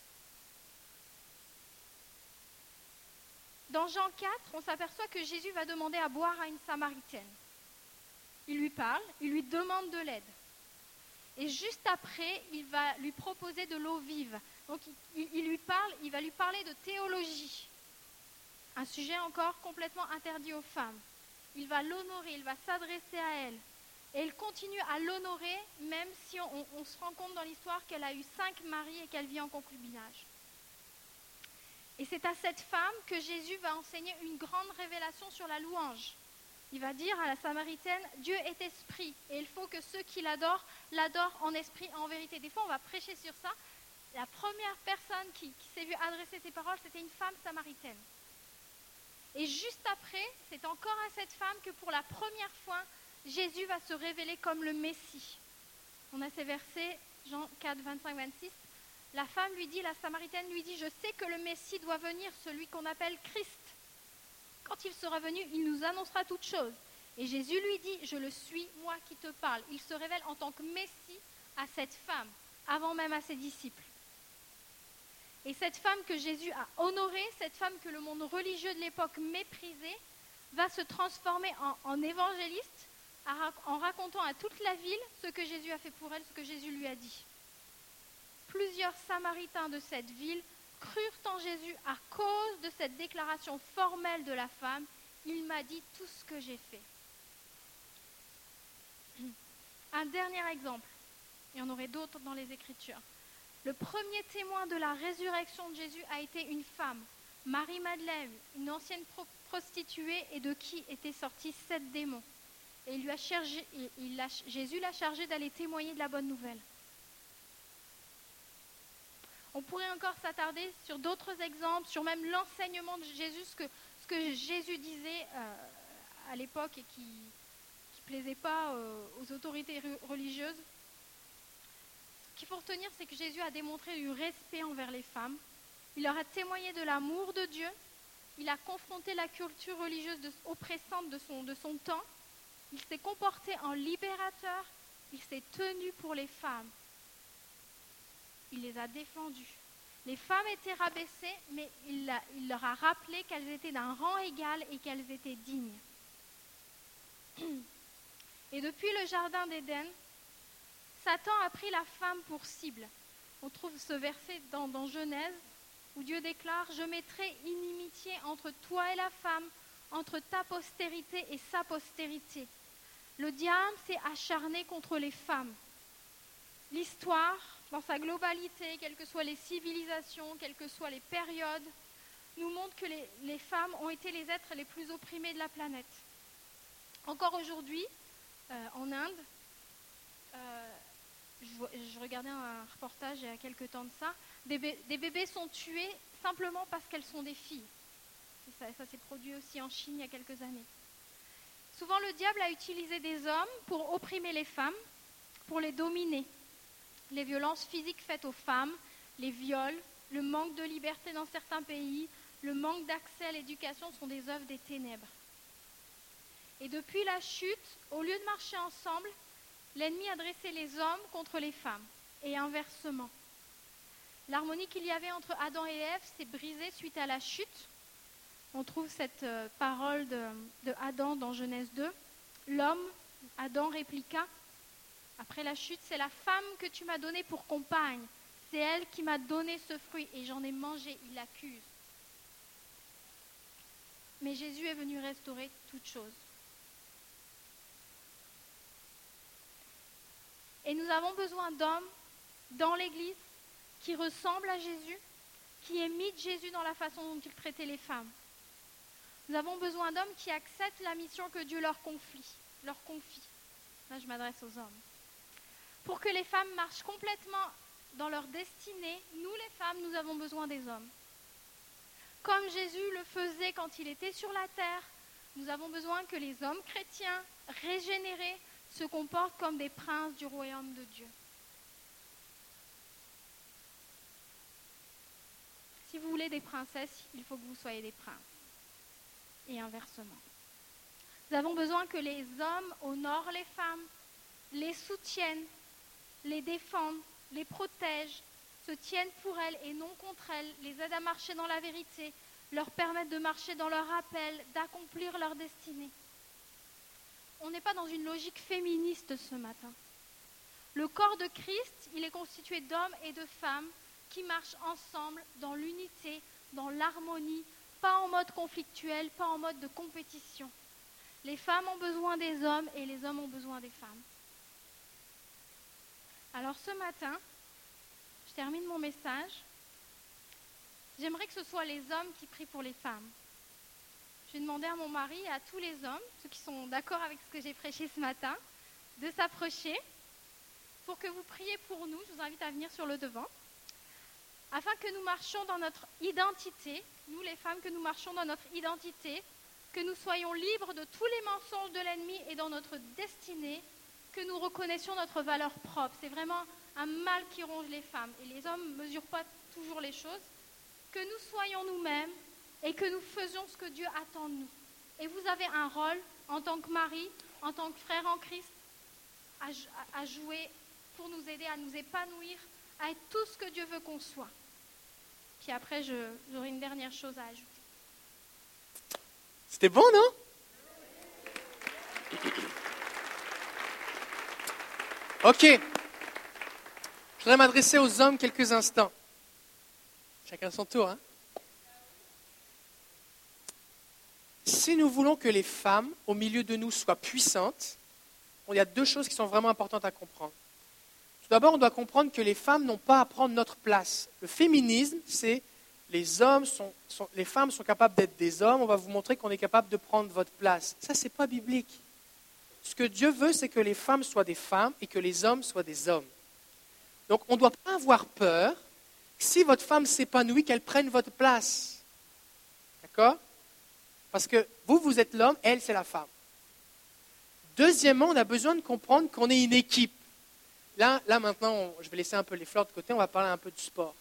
Dans Jean quatre, on s'aperçoit que Jésus va demander à boire à une Samaritaine. Il lui parle, il lui demande de l'aide. Et juste après, il va lui proposer de l'eau vive. Donc il, il lui parle, il va lui parler de théologie. Un sujet encore complètement interdit aux femmes. Il va l'honorer, il va s'adresser à elle. Et il continue à l'honorer, même si on, on se rend compte dans l'histoire qu'elle a eu cinq maris et qu'elle vit en concubinage. Et c'est à cette femme que Jésus va enseigner une grande révélation sur la louange. Il va dire à la Samaritaine, Dieu est esprit, et il faut que ceux qui l'adorent, l'adorent en esprit et en vérité. Des fois, on va prêcher sur ça. La première personne qui, qui s'est vue adresser ces paroles, c'était une femme samaritaine. Et juste après, c'est encore à cette femme que pour la première fois, Jésus va se révéler comme le Messie. On a ces versets, Jean quatre, vingt-cinq, vingt-six. La femme lui dit, la Samaritaine lui dit, je sais que le Messie doit venir, celui qu'on appelle Christ. Quand il sera venu, il nous annoncera toutes choses. Et Jésus lui dit, je le suis, moi qui te parle. Il se révèle en tant que Messie à cette femme, avant même à ses disciples. Et cette femme que Jésus a honorée, cette femme que le monde religieux de l'époque méprisait, va se transformer en, en évangéliste en racontant à toute la ville ce que Jésus a fait pour elle, ce que Jésus lui a dit. Plusieurs Samaritains de cette ville crurent en Jésus à cause de cette déclaration formelle de la femme. Il m'a dit tout ce que j'ai fait. Un dernier exemple, il y en aurait d'autres dans les Écritures. Le premier témoin de la résurrection de Jésus a été une femme, Marie-Madeleine, une ancienne pro- prostituée et de qui étaient sortis sept démons. Et il lui a chargé, il, il l'a, Jésus l'a chargée d'aller témoigner de la bonne nouvelle. On pourrait encore s'attarder sur d'autres exemples, sur même l'enseignement de Jésus, ce que, ce que Jésus disait euh, à l'époque et qui ne plaisait pas euh, aux autorités religieuses. Ce qu'il faut retenir, c'est que Jésus a démontré du respect envers les femmes. Il leur a témoigné de l'amour de Dieu. Il a confronté la culture religieuse de, oppressante de son, de son temps. Il s'est comporté en libérateur. Il s'est tenu pour les femmes. Il les a défendues. Les femmes étaient rabaissées, mais il, a, il leur a rappelé qu'elles étaient d'un rang égal et qu'elles étaient dignes. Et depuis le jardin d'Éden, Satan a pris la femme pour cible. On trouve ce verset dans, dans Genèse où Dieu déclare « Je mettrai inimitié entre toi et la femme, entre ta postérité et sa postérité. » Le diable s'est acharné contre les femmes. L'histoire, dans sa globalité, quelles que soient les civilisations, quelles que soient les périodes, nous montre que les, les femmes ont été les êtres les plus opprimés de la planète. Encore aujourd'hui, euh, en Inde, euh, je, je regardais un reportage il y a quelques temps de ça, des, bé- des bébés sont tués simplement parce qu'elles sont des filles. Et ça, ça s'est produit aussi en Chine il y a quelques années. Souvent, le diable a utilisé des hommes pour opprimer les femmes, pour les dominer. Les violences physiques faites aux femmes, les viols, le manque de liberté dans certains pays, le manque d'accès à l'éducation sont des œuvres des ténèbres. Et depuis la chute, au lieu de marcher ensemble, l'ennemi a dressé les hommes contre les femmes, et inversement. L'harmonie qu'il y avait entre Adam et Ève s'est brisée suite à la chute. On trouve cette euh, parole de, de Adam dans Genèse deux. L'homme, Adam répliqua, après la chute, c'est la femme que tu m'as donnée pour compagne. C'est elle qui m'a donné ce fruit et j'en ai mangé, il l'accuse. Mais Jésus est venu restaurer toutes choses. Et nous avons besoin d'hommes dans l'Église qui ressemblent à Jésus, qui imitent Jésus dans la façon dont il traitait les femmes. Nous avons besoin d'hommes qui acceptent la mission que Dieu leur confie. Leur confie. Là, je m'adresse aux hommes. Pour que les femmes marchent complètement dans leur destinée, nous les femmes, nous avons besoin des hommes. Comme Jésus le faisait quand il était sur la terre, nous avons besoin que les hommes chrétiens, régénérés, se comportent comme des princes du royaume de Dieu. Si vous voulez des princesses, il faut que vous soyez des princes. Et inversement. Nous avons besoin que les hommes honorent les femmes, les soutiennent, les défendent, les protègent, se tiennent pour elles et non contre elles, les aident à marcher dans la vérité, leur permettent de marcher dans leur appel, d'accomplir leur destinée. On n'est pas dans une logique féministe ce matin. Le corps de Christ, il est constitué d'hommes et de femmes qui marchent ensemble dans l'unité, dans l'harmonie, pas en mode conflictuel, pas en mode de compétition. Les femmes ont besoin des hommes et les hommes ont besoin des femmes. Alors ce matin, je termine mon message. J'aimerais que ce soit les hommes qui prient pour les femmes. J'ai demandé à mon mari et à tous les hommes, ceux qui sont d'accord avec ce que j'ai prêché ce matin, de s'approcher pour que vous priez pour nous. Je vous invite à venir sur le devant. Afin que nous marchions dans notre identité, nous les femmes, que nous marchions dans notre identité, que nous soyons libres de tous les mensonges de l'ennemi et dans notre destinée, que nous reconnaissions notre valeur propre. C'est vraiment un mal qui ronge les femmes. Et les hommes ne mesurent pas toujours les choses. Que nous soyons nous-mêmes et que nous faisions ce que Dieu attend de nous. Et vous avez un rôle en tant que mari, en tant que frère en Christ, à, à jouer pour nous aider à nous épanouir, à être tout ce que Dieu veut qu'on soit. Puis après, je, j'aurai une dernière chose à ajouter. C'était bon, non? Ok. Je voudrais m'adresser aux hommes quelques instants. Chacun son tour, hein? Si nous voulons que les femmes au milieu de nous soient puissantes, il y a deux choses qui sont vraiment importantes à comprendre. Tout d'abord, on doit comprendre que les femmes n'ont pas à prendre notre place. Le féminisme, c'est les hommes sont, sont, les femmes sont capables d'être des hommes, on va vous montrer qu'on est capable de prendre votre place. Ça, ce n'est pas biblique. Ce que Dieu veut, c'est que les femmes soient des femmes et que les hommes soient des hommes. Donc, on ne doit pas avoir peur que si votre femme s'épanouit, qu'elle prenne votre place. D'accord? Parce que vous, vous êtes l'homme, elle, c'est la femme. Deuxièmement, on a besoin de comprendre qu'on est une équipe. Là, là maintenant, on, je vais laisser un peu les fleurs de côté, on va parler un peu du sport.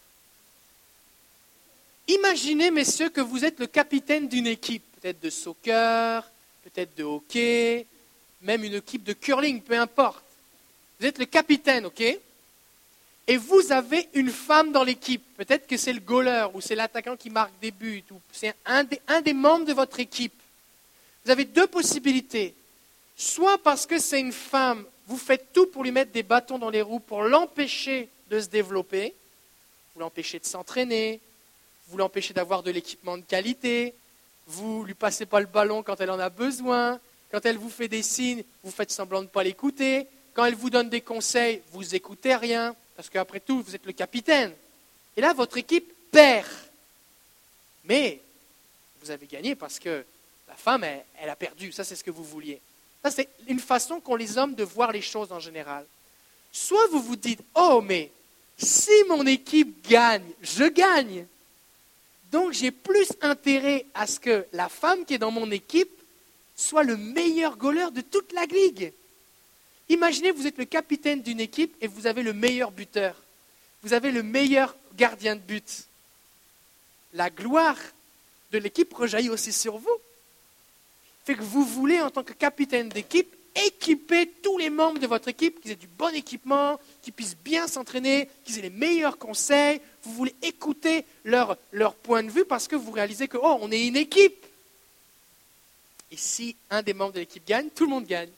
Imaginez, messieurs, que vous êtes le capitaine d'une équipe, peut-être de soccer, peut-être de hockey, même une équipe de curling, peu importe. Vous êtes le capitaine, ok? Et vous avez une femme dans l'équipe. Peut-être que c'est le goaler ou c'est l'attaquant qui marque des buts ou c'est un des, un des membres de votre équipe. Vous avez deux possibilités. Soit parce que c'est une femme, vous faites tout pour lui mettre des bâtons dans les roues, pour l'empêcher de se développer, vous l'empêchez de s'entraîner, vous l'empêchez d'avoir de l'équipement de qualité, vous ne lui passez pas le ballon quand elle en a besoin, quand elle vous fait des signes, vous faites semblant de ne pas l'écouter, quand elle vous donne des conseils, vous n'écoutez rien, parce qu'après tout, vous êtes le capitaine. Et là, votre équipe perd. Mais vous avez gagné parce que la femme, elle, elle a perdu. Ça, c'est ce que vous vouliez. Ça, c'est une façon qu'ont les hommes de voir les choses en général. Soit vous vous dites, oh, mais si mon équipe gagne, je gagne. Donc, j'ai plus intérêt à ce que la femme qui est dans mon équipe soit le meilleur goaler de toute la ligue. Imaginez, vous êtes le capitaine d'une équipe et vous avez le meilleur buteur. Vous avez le meilleur gardien de but. La gloire de l'équipe rejaillit aussi sur vous. Fait que vous voulez, en tant que capitaine d'équipe, équiper tous les membres de votre équipe, qu'ils aient du bon équipement, qu'ils puissent bien s'entraîner, qu'ils aient les meilleurs conseils. Vous voulez écouter leur, leur point de vue parce que vous réalisez que, oh, on est une équipe. Et si un des membres de l'équipe gagne, tout le monde gagne.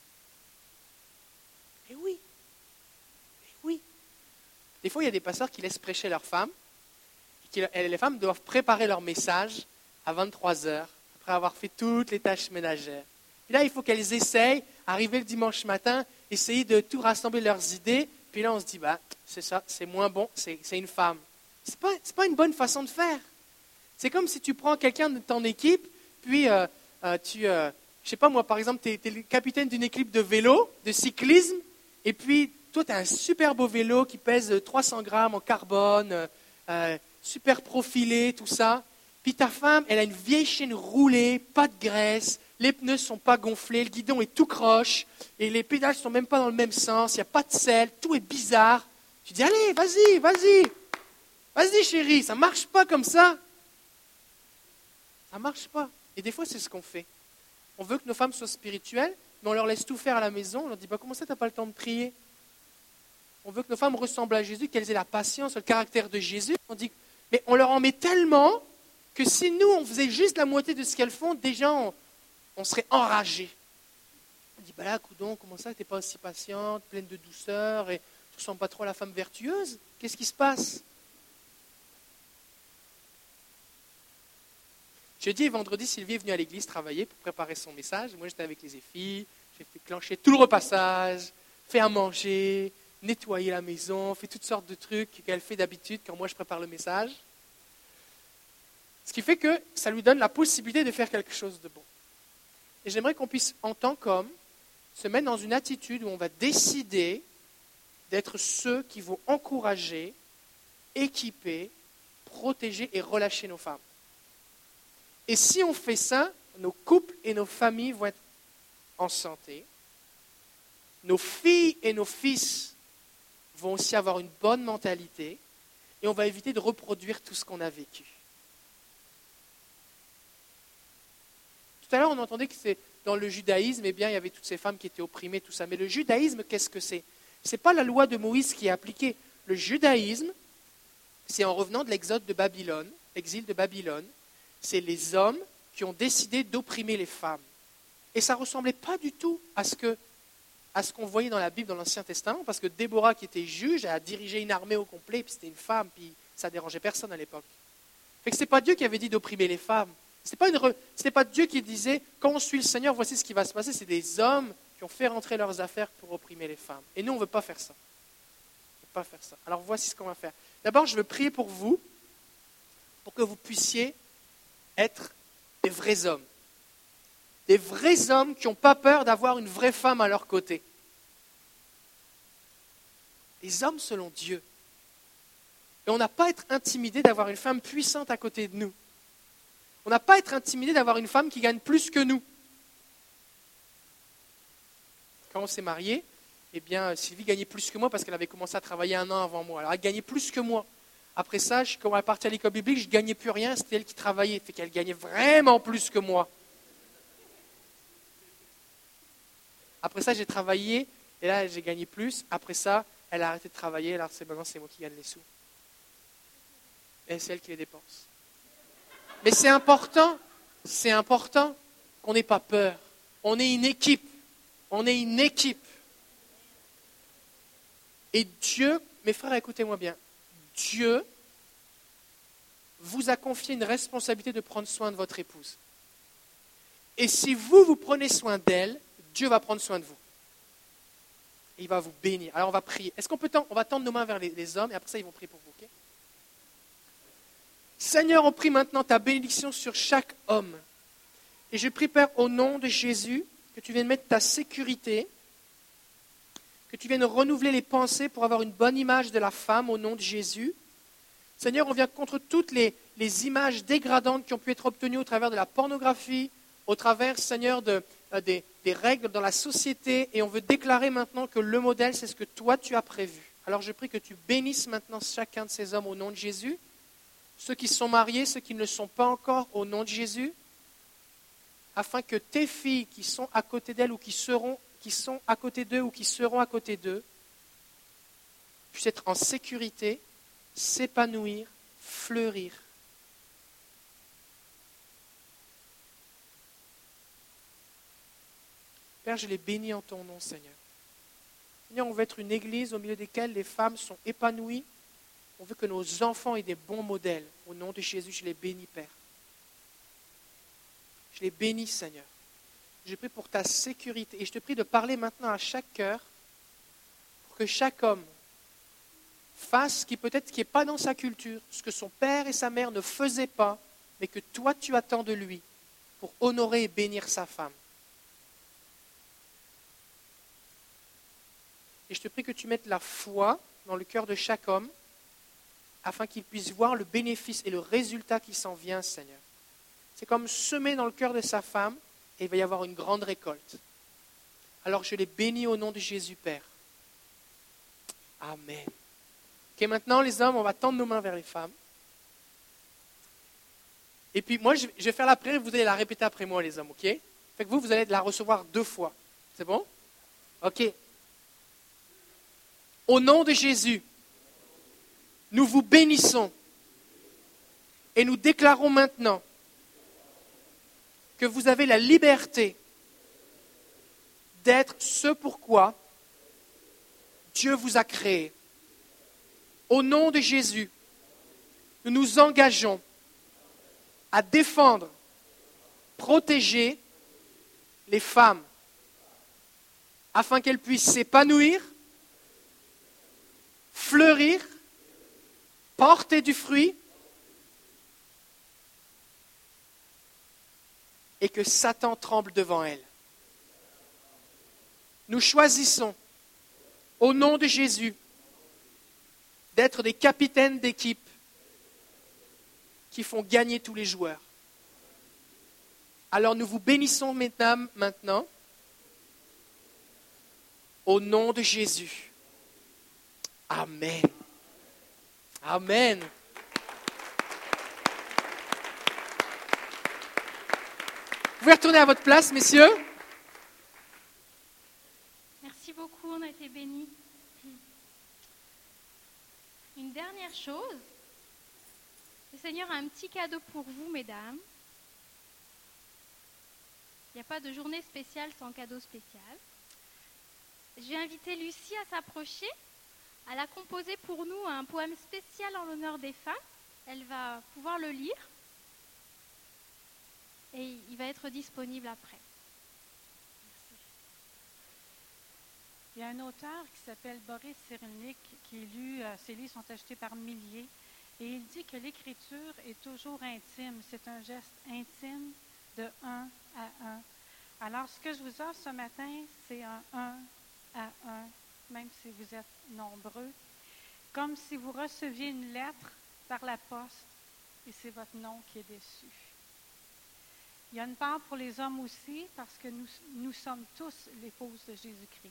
Et oui. Et oui. Des fois, il y a des pasteurs qui laissent prêcher leurs femmes. Et, qui, et les femmes doivent préparer leur message à vingt-trois heures, après avoir fait toutes les tâches ménagères. Et là, il faut qu'elles essayent, arriver le dimanche matin, essayer de tout rassembler leurs idées. Puis là, on se dit, bah, c'est ça, c'est moins bon, c'est, c'est une femme. Ce n'est pas, c'est pas une bonne façon de faire. C'est comme si tu prends quelqu'un de ton équipe, puis euh, euh, tu, euh, je sais pas moi, par exemple, tu es le capitaine d'une équipe de vélo, de cyclisme, et puis toi, tu as un super beau vélo qui pèse trois cents grammes en carbone, euh, super profilé, tout ça. Puis ta femme, elle a une vieille chaîne roulée, pas de graisse, les pneus ne sont pas gonflés, le guidon est tout croche, et les pédales ne sont même pas dans le même sens, il n'y a pas de selle, tout est bizarre. Tu dis, allez, vas-y, vas-y, vas-y chérie, ça ne marche pas comme ça. Ça ne marche pas. Et des fois, c'est ce qu'on fait. On veut que nos femmes soient spirituelles, mais on leur laisse tout faire à la maison, on leur dit, bah, comment ça, tu n'as pas le temps de prier? On veut que nos femmes ressemblent à Jésus, qu'elles aient la patience, le caractère de Jésus. On dit, mais on leur en met tellement que si nous, on faisait juste la moitié de ce qu'elles font, déjà, on, on serait enragés. On dit, bah là, coudon, comment ça, tu n'es pas aussi patiente, pleine de douceur, et tu ne ressembles pas trop à la femme vertueuse? Qu'est-ce qui se passe? Jeudi et vendredi, Sylvie est venue à l'église travailler pour préparer son message. Moi, j'étais avec les filles, j'ai fait clencher tout le repassage, fait à manger, nettoyer la maison, fait toutes sortes de trucs qu'elle fait d'habitude quand moi je prépare le message. Ce qui fait que ça lui donne la possibilité de faire quelque chose de bon. Et j'aimerais qu'on puisse, en tant qu'homme, se mettre dans une attitude où on va décider d'être ceux qui vont encourager, équiper, protéger et relâcher nos femmes. Et si on fait ça, nos couples et nos familles vont être en santé. Nos filles et nos fils vont aussi avoir une bonne mentalité et on va éviter de reproduire tout ce qu'on a vécu. Tout à l'heure, on entendait que c'est dans le judaïsme, eh bien, il y avait toutes ces femmes qui étaient opprimées, tout ça. Mais le judaïsme, qu'est-ce que c'est? Ce n'est pas la loi de Moïse qui est appliquée. Le judaïsme, c'est en revenant de l'exode de Babylone, l'exil de Babylone, c'est les hommes qui ont décidé d'opprimer les femmes. Et ça ne ressemblait pas du tout à ce, que, à ce qu'on voyait dans la Bible, dans l'Ancien Testament, parce que Déborah, qui était juge, elle a dirigé une armée au complet, puis c'était une femme, puis ça ne dérangeait personne à l'époque. Fait que ce n'est pas Dieu qui avait dit d'opprimer les femmes. Ce n'était pas, re... pas Dieu qui disait, quand on suit le Seigneur, voici ce qui va se passer. C'est des hommes qui ont fait rentrer leurs affaires pour opprimer les femmes. Et nous, on ne veut pas faire ça. On ne veut pas faire ça. Alors voici ce qu'on va faire. D'abord, je veux prier pour vous, pour que vous puissiez être des vrais hommes. Des vrais hommes qui n'ont pas peur d'avoir une vraie femme à leur côté. Des hommes selon Dieu. Et on n'a pas à être intimidé d'avoir une femme puissante à côté de nous. On n'a pas à être intimidé d'avoir une femme qui gagne plus que nous. Quand on s'est mariés, eh bien, Sylvie gagnait plus que moi parce qu'elle avait commencé à travailler un an avant moi. Alors, elle gagnait plus que moi. Après ça, je, quand elle est partie à l'école biblique, je ne gagnais plus rien, c'était elle qui travaillait. Fait qu'elle gagnait vraiment plus que moi. Après ça, j'ai travaillé, et là, j'ai gagné plus. Après ça, elle a arrêté de travailler, alors c'est maintenant, c'est moi qui gagne les sous. Et c'est elle qui les dépense. Mais c'est important, c'est important qu'on n'ait pas peur. On est une équipe. On est une équipe. Et Dieu, mes frères, écoutez-moi bien, Dieu vous a confié une responsabilité de prendre soin de votre épouse. Et si vous, vous prenez soin d'elle, Dieu va prendre soin de vous. Et il va vous bénir. Alors on va prier. Est-ce qu'on peut tendre, on va tendre nos mains vers les, les hommes et après ça, ils vont prier pour vous. Okay? Seigneur, on prie maintenant ta bénédiction sur chaque homme. Et je prie, Père, au nom de Jésus, que tu viennes mettre ta sécurité, que tu viennes renouveler les pensées pour avoir une bonne image de la femme au nom de Jésus. Seigneur, on vient contre toutes les, les images dégradantes qui ont pu être obtenues au travers de la pornographie, au travers, Seigneur, de, euh, des, des règles dans la société, et on veut déclarer maintenant que le modèle, c'est ce que toi tu as prévu. Alors je prie que tu bénisses maintenant chacun de ces hommes au nom de Jésus, ceux qui sont mariés, ceux qui ne le sont pas encore au nom de Jésus, afin que tes filles qui sont à côté d'elles ou qui seront, qui sont à côté d'eux ou qui seront à côté d'eux, puissent être en sécurité, s'épanouir, fleurir. Père, je les bénis en ton nom, Seigneur. Seigneur, on veut être une église au milieu desquelles les femmes sont épanouies. On veut que nos enfants aient des bons modèles. Au nom de Jésus, je les bénis, Père. Je les bénis, Seigneur. Je prie pour ta sécurité. Et je te prie de parler maintenant à chaque cœur pour que chaque homme fasse ce qui peut-être qui n'est pas dans sa culture, ce que son père et sa mère ne faisaient pas, mais que toi tu attends de lui pour honorer et bénir sa femme. Et je te prie que tu mettes la foi dans le cœur de chaque homme afin qu'il puisse voir le bénéfice et le résultat qui s'en vient, Seigneur. C'est comme semer dans le cœur de sa femme et il va y avoir une grande récolte. Alors je les bénis au nom de Jésus, Père. Amen. Ok, maintenant les hommes, on va tendre nos mains vers les femmes. Et puis moi, je vais faire la prière et vous allez la répéter après moi, les hommes, ok? Fait que vous, vous allez la recevoir deux fois. C'est bon? Ok. Au nom de Jésus, nous vous bénissons et nous déclarons maintenant que vous avez la liberté d'être ce pourquoi Dieu vous a créé. Au nom de Jésus, nous nous engageons à défendre, protéger les femmes afin qu'elles puissent s'épanouir, fleurir, porter du fruit et que Satan tremble devant elles. Nous choisissons, au nom de Jésus, d'être des capitaines d'équipe qui font gagner tous les joueurs. Alors nous vous bénissons, mesdames, maintenant, au nom de Jésus. Amen. Amen. Vous pouvez retourner à votre place, messieurs. Merci beaucoup, on a été bénis. Une dernière chose, le Seigneur a un petit cadeau pour vous, mesdames. Il n'y a pas de journée spéciale sans cadeau spécial. Je vais inviter Lucie à s'approcher. Elle a composé pour nous un poème spécial en l'honneur des femmes. Elle va pouvoir le lire. Et il va être disponible après. Il y a un auteur qui s'appelle Boris Cyrulnik qui est lu, euh, ses livres sont achetés par milliers, et il dit que l'écriture est toujours intime. C'est un geste intime de un à un. Alors, ce que je vous offre ce matin, c'est un un à un, même si vous êtes nombreux, comme si vous receviez une lettre par la poste et c'est votre nom qui est dessus. Il y a une part pour les hommes aussi, parce que nous, nous sommes tous l'épouse de Jésus-Christ.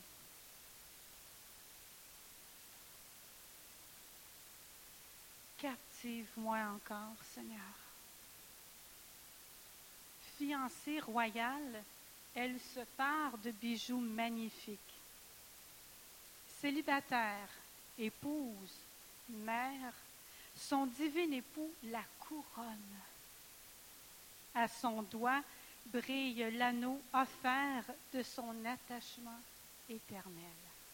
Captive-moi encore, Seigneur. Fiancée royale, elle se pare de bijoux magnifiques. Célibataire, épouse, mère, son divin époux la couronne. À son doigt brille l'anneau offert de son attachement éternel.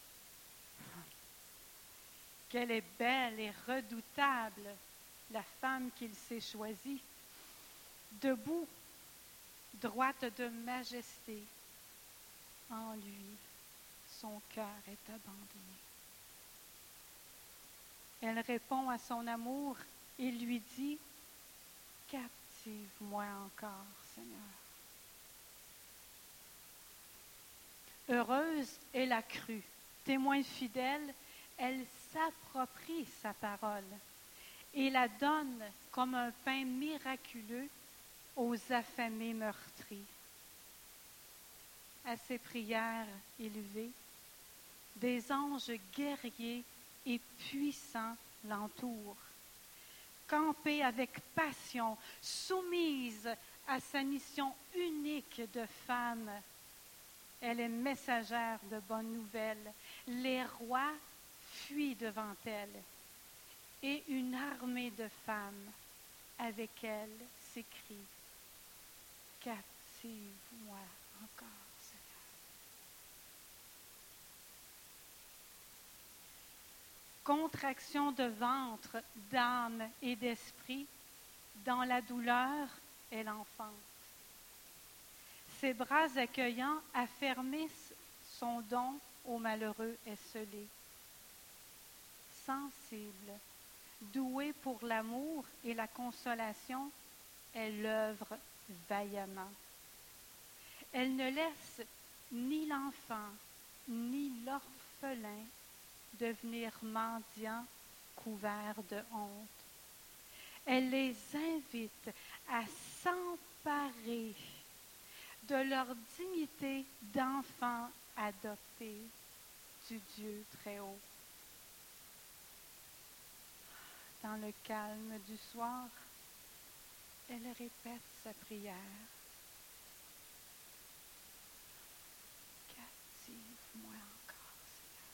Qu'elle est belle et redoutable, la femme qu'il s'est choisie. Debout, droite de majesté, en lui, son cœur est abandonné. Elle répond à son amour et lui dit, « Captive-moi encore, Seigneur. » Heureuse est la crue, témoin fidèle, elle s'approprie sa parole et la donne comme un pain miraculeux aux affamés meurtris. À ses prières élevées, des anges guerriers et puissants l'entourent. Campée avec passion, soumise à sa mission unique de femme, elle est messagère de bonnes nouvelles. Les rois fuient devant elle et une armée de femmes avec elle s'écrie « Captive-moi encore, Seigneur. » Contraction de ventre, d'âme et d'esprit, dans la douleur, elle enfante. Ses bras accueillants affermissent son don aux malheureux esselés. Sensible, douée pour l'amour et la consolation, elle œuvre vaillamment. Elle ne laisse ni l'enfant ni l'orphelin devenir mendiants couverts de honte. Elle les invite à s'emparer de leur dignité d'enfants adoptés du Dieu très haut. Dans le calme du soir, elle répète sa prière. Captive-moi encore, Seigneur.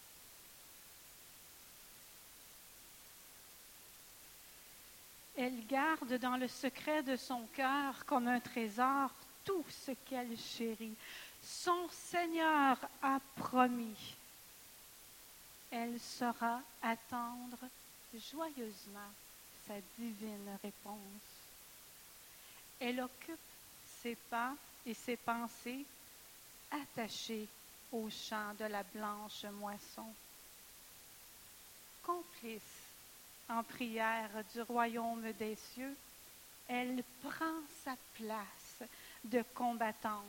Elle garde dans le secret de son cœur comme un trésor tout ce qu'elle chérit. Son Seigneur a promis. Elle saura attendre joyeusement sa divine réponse. Elle occupe ses pas et ses pensées attachées au champ de la blanche moisson. Complice en prière du royaume des cieux, elle prend sa place de combattante.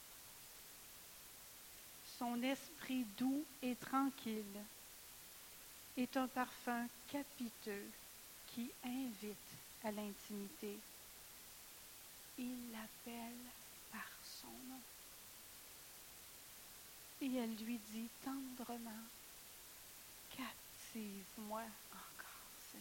Son esprit doux et tranquille est un parfum capiteux qui invite à l'intimité. Il l'appelle par son nom. Et elle lui dit tendrement, « Captive-moi encore, Seigneur. »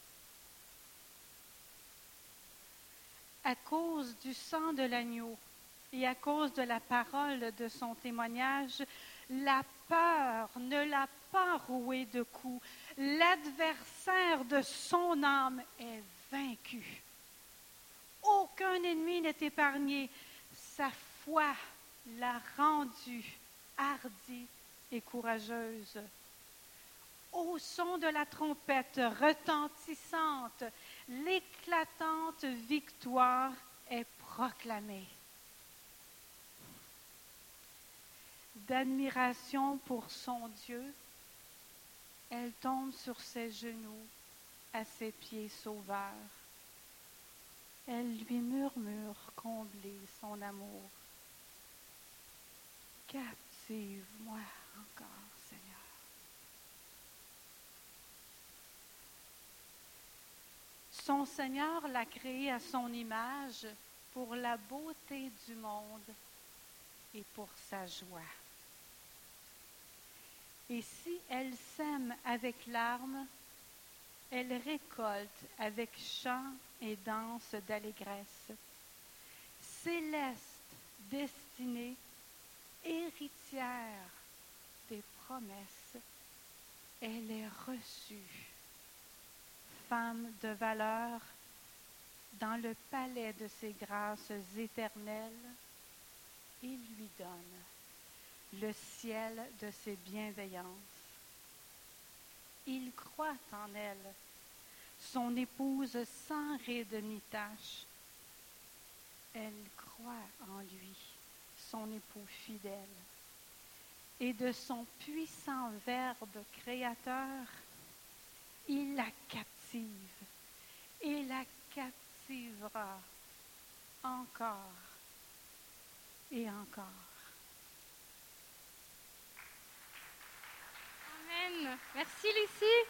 À cause du sang de l'agneau et à cause de la parole de son témoignage, la peur ne l'a pas roué de coups. L'adversaire de son âme est vaincu. Aucun ennemi n'est épargné. Sa foi l'a rendue hardie et courageuse. Au son de la trompette retentissante, l'éclatante victoire est proclamée. d'admiration pour son Dieu, elle tombe sur ses genoux à ses pieds sauveurs. Elle lui murmure combler son amour. Captive-moi encore, Seigneur. Son Seigneur l'a créée à son image pour la beauté du monde et pour sa joie. Et si elle sème avec larmes, elle récolte avec chant et danse d'allégresse. Céleste destinée, héritière des promesses, elle est reçue, femme de valeur, dans le palais de ses grâces éternelles. Il lui donne le ciel de ses bienveillances. Il croit en elle, son épouse sans ride ni tache. Elle croit en lui, son époux fidèle. Et de son puissant verbe créateur, il la captive et la captivera encore et encore. Amen. Merci Lucie.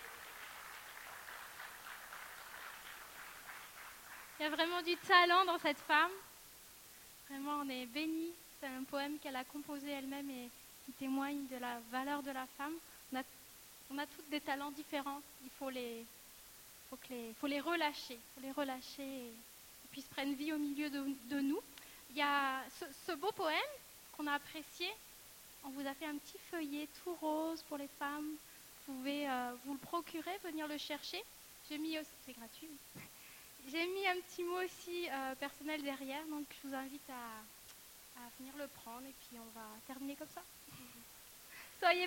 Il y a vraiment du talent dans cette femme. Vraiment, on est bénis. C'est un poème qu'elle a composé elle-même et qui témoigne de la valeur de la femme. On a, on a toutes des talents différents. Il faut les, faut que les, faut les relâcher. Il faut les relâcher et qu'ils puissent prendre vie au milieu de, de nous. Il y a ce, ce beau poème qu'on a apprécié. On vous a fait un petit feuillet tout rose pour les femmes. Vous pouvez euh, vous le procurer, venir le chercher. J'ai mis aussi, c'est gratuit. J'ai mis un petit mot aussi euh, personnel derrière, donc je vous invite à, à venir le prendre et puis on va terminer comme ça. Soyez